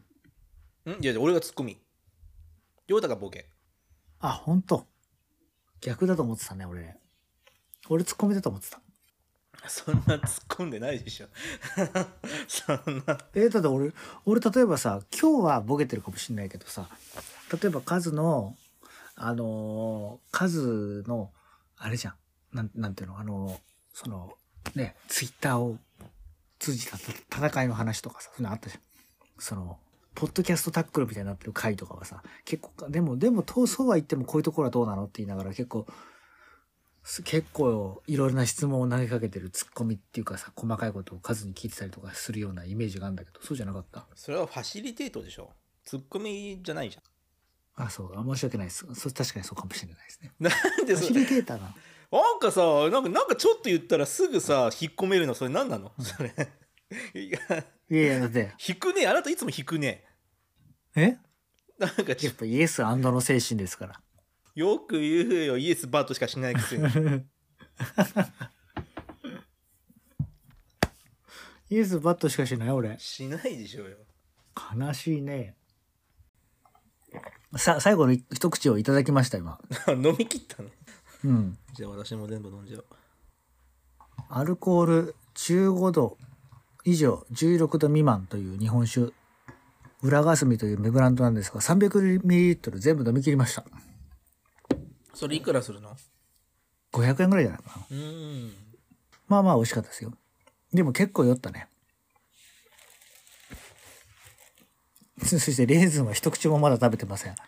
いや、俺がツッコミ。りょうたがボケ。
あ、ほんと。逆だと思ってたね、俺。俺ツッコミだと思ってた。
そんな突っ込んでないでしょ。そんな。
だって俺例えばさ、今日はボケてるかもしんないけどさ、例えば数の、あれじゃん。 なんていうの、ね、ツイッターを通じた戦いの話とかさ、そういうのあったじゃん。ポッドキャストタックルみたいになってる回とかはさ、結構、でも、そうは言ってもこういうところはどうなのって言いながら結構いろいろな質問を投げかけてるツッコミっていうかさ、細かいことを数に聞いてたりとかするようなイメージがあるんだけど、そうじゃなかった？
それはファシリテートでしょ。ツッコミじゃないじゃん。
あ、そう。申し訳ないです。確かにそうかもしれないですね。
なんで
ファシリテーターな。
なんかさ、なんかちょっと言ったらすぐさ、引っ込めるの、それ何なの、それ。い
や、だって。
引くね。あなたいつも引くね。
なんか
や
っぱイエス&の精神ですから。
よく言うよ、イエスバートしかしないくせに。
イエスバットしかしない俺。
しないでしょうよ。
悲しいね。最後の一口をいただきました今。
飲み切ったの。
うん。
じゃあ私も全部飲んじゃおう。
アルコール15度以上16度未満という日本酒、裏霞というブランドなんですが、300ml 全部飲み切りました。
それいくらするの
？500円ぐらいじゃないかな。まあまあ美味しかったですよ。でも結構酔ったね。そしてレーズンは一口もまだ食べてません。こ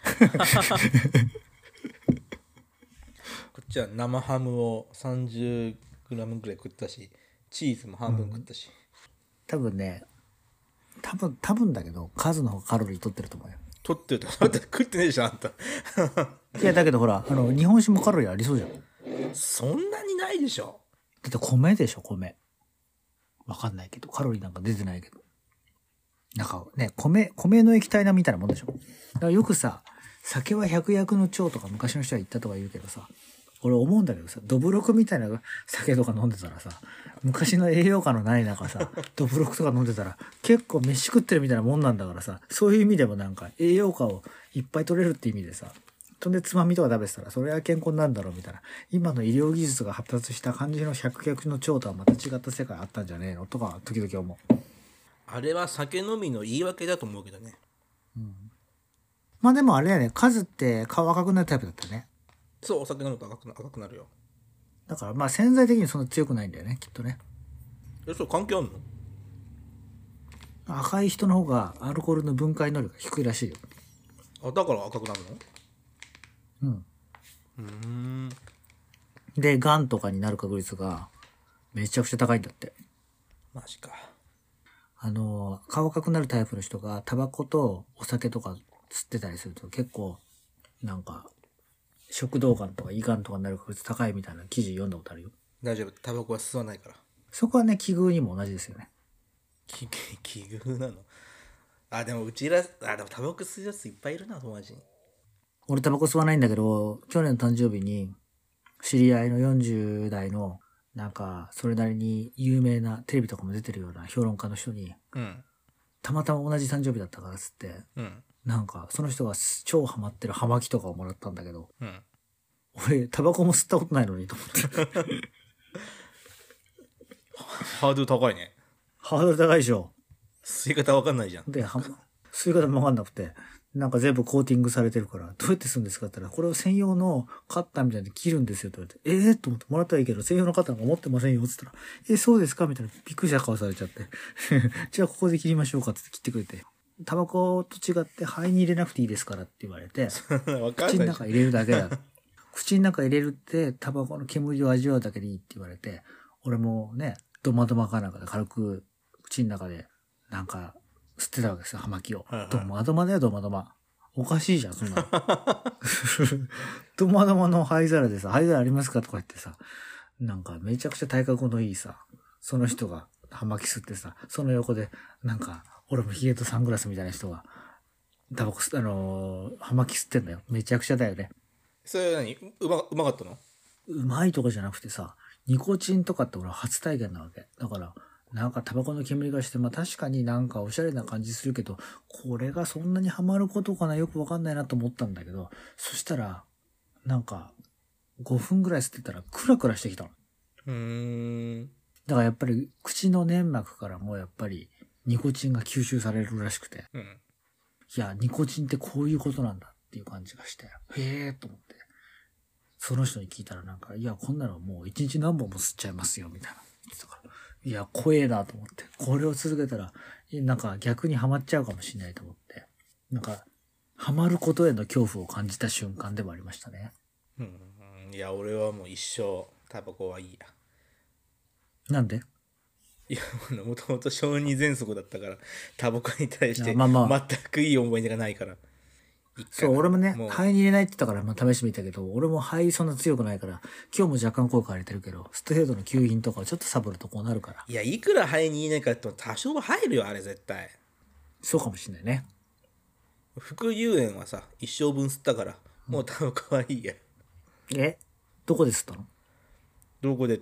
っちは生ハムを 30g ぐらい食ったし、チーズも半分食ったし。
多分ね、多分だけど数の方がカロリー取ってると思うよ。
取ってるとだって食ってねえじゃんあんた。
いやだけどほら日本酒もカロリーありそうじゃん。
そんなにないでしょ。
だって米でしょ、米。わかんないけどカロリーなんか出てないけど。なんかね、米の液体なみたいなもんでしょ。だからよくさ、酒は百薬の長とか昔の人は言ったとか言うけどさ、俺思うんだけどさ、どぶろくみたいな酒とか飲んでたらさ、昔の栄養価のない中さ、どぶろくとか飲んでたら結構飯食ってるみたいなもんなんだからさ、そういう意味でもなんか栄養価をいっぱい取れるって意味でさ、そんでつまみとか食べてたらそれは健康になるんだろうみたいな、今の医療技術が発達した感じの百薬の長とはまた違った世界あったんじゃねえのとか時々思う。
あれは酒飲みの言い訳だと思うけどね。
まあでもあれだよね、数って顔赤くなるタイプだったね。
そう、お酒飲むと赤くなるよ。
だからまあ潜在的にそんな強くないんだよね、きっとね。
そう関係あんの？
赤い人の方がアルコールの分解能力が低いらしいよ。
あ、だから赤くなるの？
で、がんとかになる確率がめちゃくちゃ高いんだって。
マジか。
顔赤くなるタイプの人がタバコとお酒とか吸ってたりすると結構なんか食道がんとか胃がんとかになる確率高いみたいな記事読んだことあるよ。
大丈夫、タバコは吸わないから。
そこはね、奇遇にも同じですよね。
奇遇なの？あ、でもでもタバコ吸うやついっぱいいるな、友達に。
俺タバコ吸わないんだけど、去年の誕生日に知り合いの40代のなんかそれなりに有名なテレビとかも出てるような評論家の人に、たまたま同じ誕生日だったからっつって、なんかその人が超ハマってる葉巻とかをもらったんだけど、俺タバコも吸ったことないのにと思って
ハードル高いね。
ハードル高いでしょ。
吸い方わかんないじゃん。
で吸い方もわかんなくて、なんか全部コーティングされてるから、どうやって吸うんですかって言ったら、これを専用のカッターみたいに切るんですよって言われて、と思ってもらったらいいけど、専用のカッターなんか持ってませんよって言ったら、そうですかみたいな、びっくりした顔されちゃって。じゃあここで切りましょうかって切ってくれて。タバコと違って肺に入れなくていいですからって言われて、口の中入れるだけだ。口の中入れるってタバコの煙を味わうだけでいいって言われて、俺もね、ドマドマかなんかで軽く口の中でなんか吸ってたわけですよ、葉巻を。ドマドマだよ、ドマドマ。おかしいじゃん、そんなの。ドマドマの灰皿でさ、灰皿ありますかとか言ってさ、なんかめちゃくちゃ体格のいいさ、その人が葉巻吸ってさ、その横でなんか俺もヒゲとサングラスみたいな人がタバコ葉巻吸ってんだよ。めちゃくちゃだよね。
それ何うまかったの？
うまいとかじゃなくてさ、ニコチンとかって俺は初体験なわけ。だから、なんかタバコの煙がして、まあ確かになんかおしゃれな感じするけど、これがそんなにハマることかな、よくわかんないなと思ったんだけど、そしたら、なんか、5分ぐらい吸ってたらクラクラしてきたの。だからやっぱり口の粘膜からもやっぱりニコチンが吸収されるらしくて、いや、ニコチンってこういうことなんだっていう感じがして、へーと思って。 その人に聞いたらなんか、いや、こんなのもう一日何本も吸っちゃいますよ、みたいな言ってたから。いや、怖えなと思って。これを続けたら、なんか逆にハマっちゃうかもしれないと思って。なんか、ハマることへの恐怖を感じた瞬間でもありましたね。
いや、俺はもう一生、タバコはいいや。
なんで？
いや、もともと小児喘息だったから、タバコに対して
まあま
全くいい思い出がないから。
そう、俺もね、
もう
肺に入れないって言ったから、まあ試してみたけど、俺も肺そんな強くないから、今日も若干効果入れてるけど、ステロイドの吸引とかをちょっとサボるとこうなるから。
いや、いくら肺に入れないかって多少は入るよ、あれ絶対。
そうかもしれないね。
副流煙はさ、一生分吸ったから、もうタバコはいいや。
どこで吸ったの？
どこでって、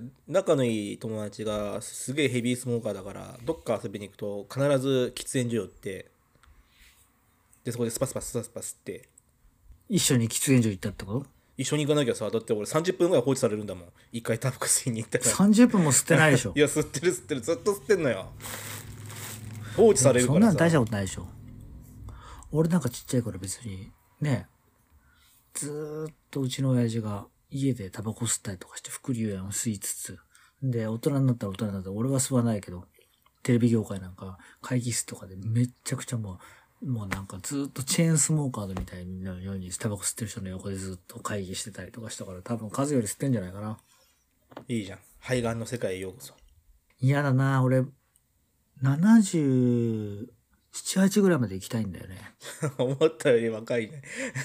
仲のいい友達がすげえヘビースモーカーだから、どっか遊びに行くと必ず喫煙所寄って、で、そこでスパスパスパスパスって。
一緒に喫煙所行ったってこと？
一緒に行かなきゃさ、だって俺30分ぐらい放置されるんだもん。一回タバコ吸いに行ったら。
30分も吸ってないでしょ。
いや、吸ってる、ずっと吸ってんのよ。放置されるからさ。
そんなん大したことないでしょ。俺なんかちっちゃい頃別に、ね、ずーっとうちの親父が家でタバコ吸ったりとかして副流煙を吸いつつ、で、大人になったら俺は吸わないけど、テレビ業界なんか会議室とかでめっちゃくちゃもうなんかずっとチェーンスモーカーみたいなようにタバコ吸ってる人の横でずっと会議してたりとかしたから、多分数より吸ってんじゃないかな。
いいじゃん。肺がんの世界へようこそ。
嫌だな、俺、77、8ぐらいまで行きたいんだよね。
思ったより若いね。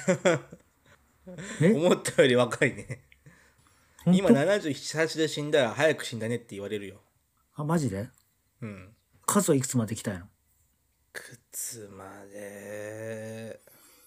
思ったより若いね。今77、8で死んだら早く死んだねって言われるよ。
あ、マジで？
うん。
数はいくつまで行きたいの？
いくつまで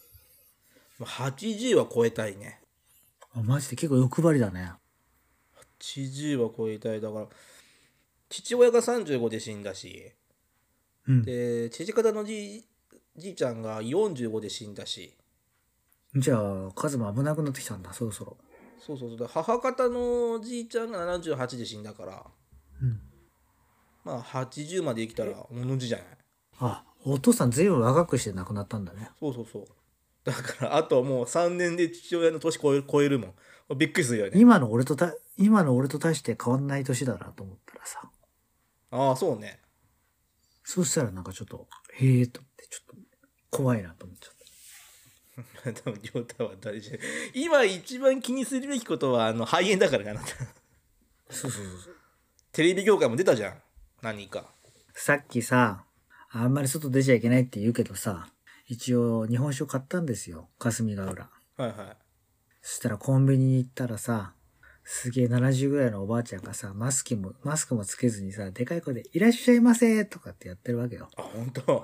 80は超えたいね。
あ、マジで結構欲張りだね。
80は超えたい。だから父親が35で死んだし、
うん。
で父方のじいちゃんが45で死んだし、
じゃあ、数も危なくなってきたんだ、そろそろ。
そうで母方のじいちゃんが78で死んだから、
うん。
まあ80まで生きたら同じじゃない。
あ、お父さんずいぶん若くして亡くなったんだね。
そうだからあともう3年で父親の年超えるもん。びっくりするよね。
今の俺と大して変わんない年だなと思ったらさ。
ああ、そうね。
そうしたらなんかちょっと、へえと思って、ちょっと怖いなと思っちゃっ
でも亮太は大事。今一番気にするべきことは肺炎だからね、あなた。
そう。
テレビ業界も出たじゃん、何か。
さっきさ、あんまり外出ちゃいけないって言うけどさ、一応日本酒を買ったんですよ、霞ヶ浦。
はい。
そしたらコンビニに行ったらさ、すげえ70ぐらいのおばあちゃんがさ、マスクもつけずにさ、でかい声で、いらっしゃいませとかってやってるわけよ。
あ、本当。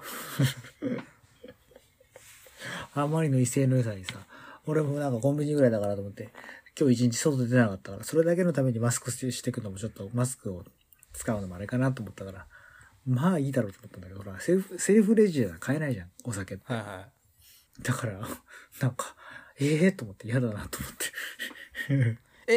あまりの威勢の良さにさ、俺もなんかコンビニぐらいだからと思って、今日一日外出なかったから、それだけのためにマスクしてくのもちょっとマスクを使うのもあれかなと思ったから、まあいいだろうと思ったんだけど、ほら、セルフレジじゃ買えないじゃん、お酒って。
はい。
だから、なんか、と思って嫌だなと思って。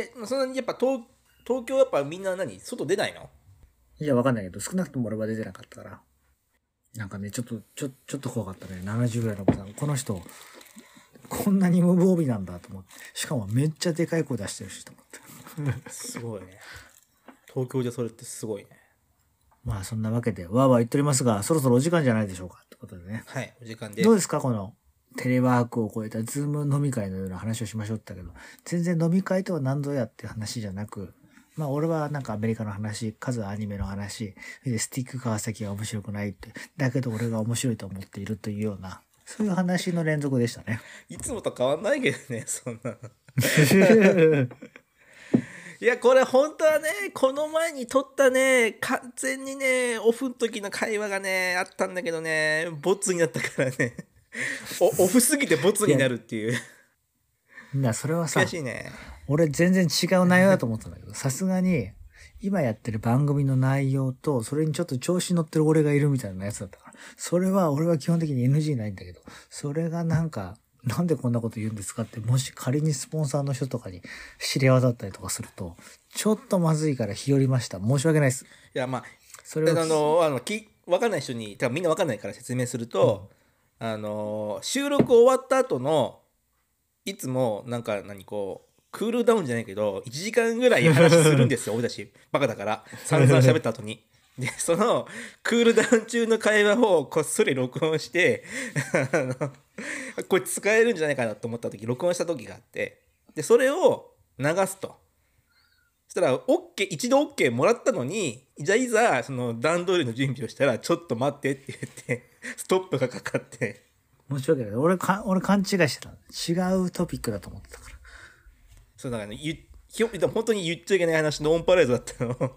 そんなにやっぱ東京やっぱみんな外出ないの？
いや、わかんないけど、少なくとも俺は出てなかったから。なんかね、ちょっと怖かったね。70ぐらいの子さん。この人、こんなに無防備なんだと思って。しかもめっちゃでかい声出してるしと思って。
すごいね。東京じゃそれってすごいね。
まあそんなわけで、わーわー言っておりますが、そろそろお時間じゃないでしょうか。ってことでね。
はい、お時間で。
どうですかこのテレワークを超えたズーム飲み会のような話をしましょうって言ったけど、全然飲み会とは何ぞやっていう話じゃなく、まあ俺はなんかアメリカの話、数アニメの話、でスティック川崎が面白くないって、だけど俺が面白いと思っているというような、そういう話の連続でしたね。
いつもと変わんないけどね、そんなの。いや、これ本当はね、この前に撮ったね、完全にね、オフの時の会話がね、あったんだけどね、ボツになったからね。オフすぎてボツになるっていう。
それはさ、
悔しいね。
俺全然違う内容だと思ったんだけど、さすがに、今やってる番組の内容と、それにちょっと調子に乗ってる俺がいるみたいなやつだったから、それは俺は基本的に NG ないんだけど、それがなんか、なんでこんなこと言うんですかって、もし仮にスポンサーの人とかに知れ渡ったりとかすると、ちょっとまずいから日和りました。申し訳ないです。
いや、まあ、
それ
は分かんない人に、多分みんな分かんないから説明すると、収録終わった後の、いつもこう、 クールダウンじゃないけど1時間ぐらい話するんですよ俺たちバカだから散々喋った後にでそのクールダウン中の会話をこっそり録音してこれ使えるんじゃないかなと思った時録音した時があって、でそれを流すと、そしたら OK 一度 OK もらったのに、じゃあいざその段取りの準備をしたらちょっと待ってって言ってストップがかかって、
申し訳ない。俺勘違いしてた。違うトピックだと思ってたから。
そうだからね、本当に言っちゃいけない話のオンパレードだったの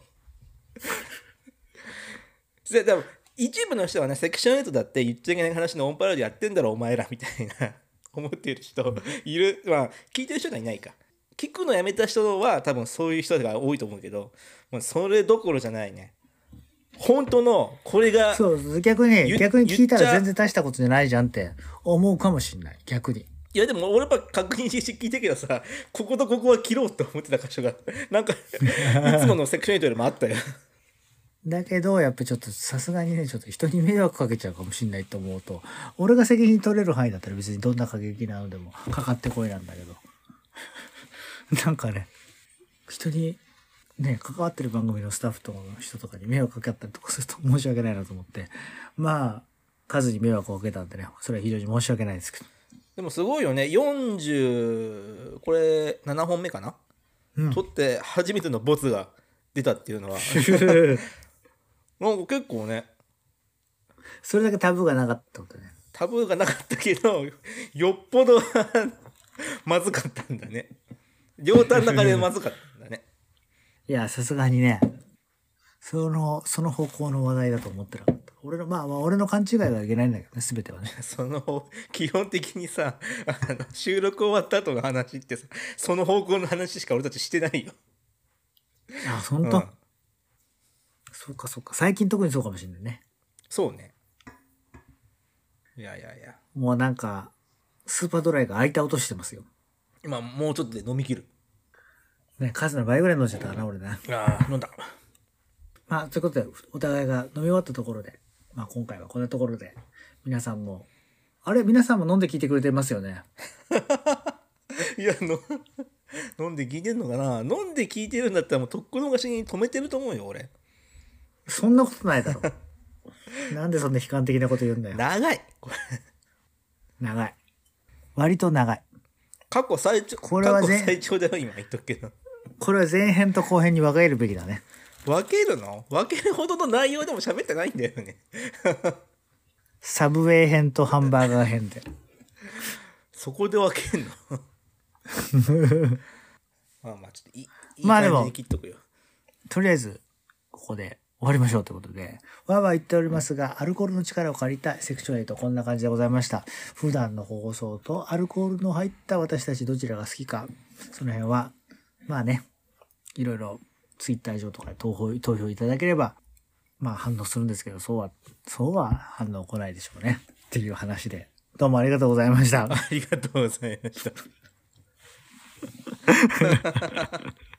でも一部の人はね、セクション8だって言っちゃいけない話のオンパレードやってんだろお前らみたいな思ってる人いる。まあ聞いてる人がいないか、聞くのやめた人は多分そういう人が多いと思うけど、まあ、それどころじゃないね。本当のこれが
そう逆に聞いたら全然大したことじゃないじゃんって思うかもしれない。逆に。
いやでも俺やっぱ確認して聞いたけどさ、こことここは切ろうと思ってた箇所がなんかいつものセクション8よりもあったよ
だけどやっぱちょっとさすがにね、ちょっと人に迷惑かけちゃうかもしれないと思うと、俺が責任取れる範囲だったら別にどんな過激なのでもかかってこいなんだけどなんかね、人にね関わってる番組のスタッフとの人とかに迷惑かけたりとかすると申し訳ないなと思って、まあ数に迷惑をかけたんでね、それは非常に申し訳ないですけど。で
もすごいよね。40これ7本目かな、撮って初めてのボツが出たっていうのはなんか結構ね、
それだけタブーがなかったことね。
タブーがなかったけどよっぽどまずかったんだね。両端の中でまずかったんだね
いやさすがにね、その方向の話題だと思ってなかった。俺の勘違いはいけないんだけどね、全てはね。
基本的にさ、収録終わった後の話ってさ、その方向の話しか俺たちしてないよ。
あ、本当、そうか最近特にそうかもしれないね。
そうね。いや
もうなんかスーパードライが空いた音してますよ。
今もうちょっとで飲み切る
ね。数の倍ぐらい飲んじゃったかな俺ね。
飲んだ。
まあということでお互いが飲み終わったところで、まあ今回はこんなところで、皆さんも飲んで聞いてくれてますよね
いや飲んで聞いてんのかな。飲んで聞いてるんだったらもうとっくの昔に止めてると思うよ俺。
そんなことないだろなんでそんな悲観的なこと言うんだよ。
長い
長い、割と長い。
過去最長だよ今言っとくけど。
これは前編と後編に分けるべきだね。
分けるの？分けるほどの内容でも喋ってないんだよね
サブウェイ編とハンバーガー編で
そこで分けんのまあちょっといい感じに切っとくよ。
とりあえずここで終わりましょうということで、わーわー言っておりますが、アルコールの力を借りたセクション8、こんな感じでございました。普段の放送とアルコールの入った私たちどちらが好きか、その辺はまあね、いろいろツイッター上とかで投票いただければまあ反応するんですけど、そうは反応来ないでしょうねっていう話で、どうもありがとうございました。
ありがとうございました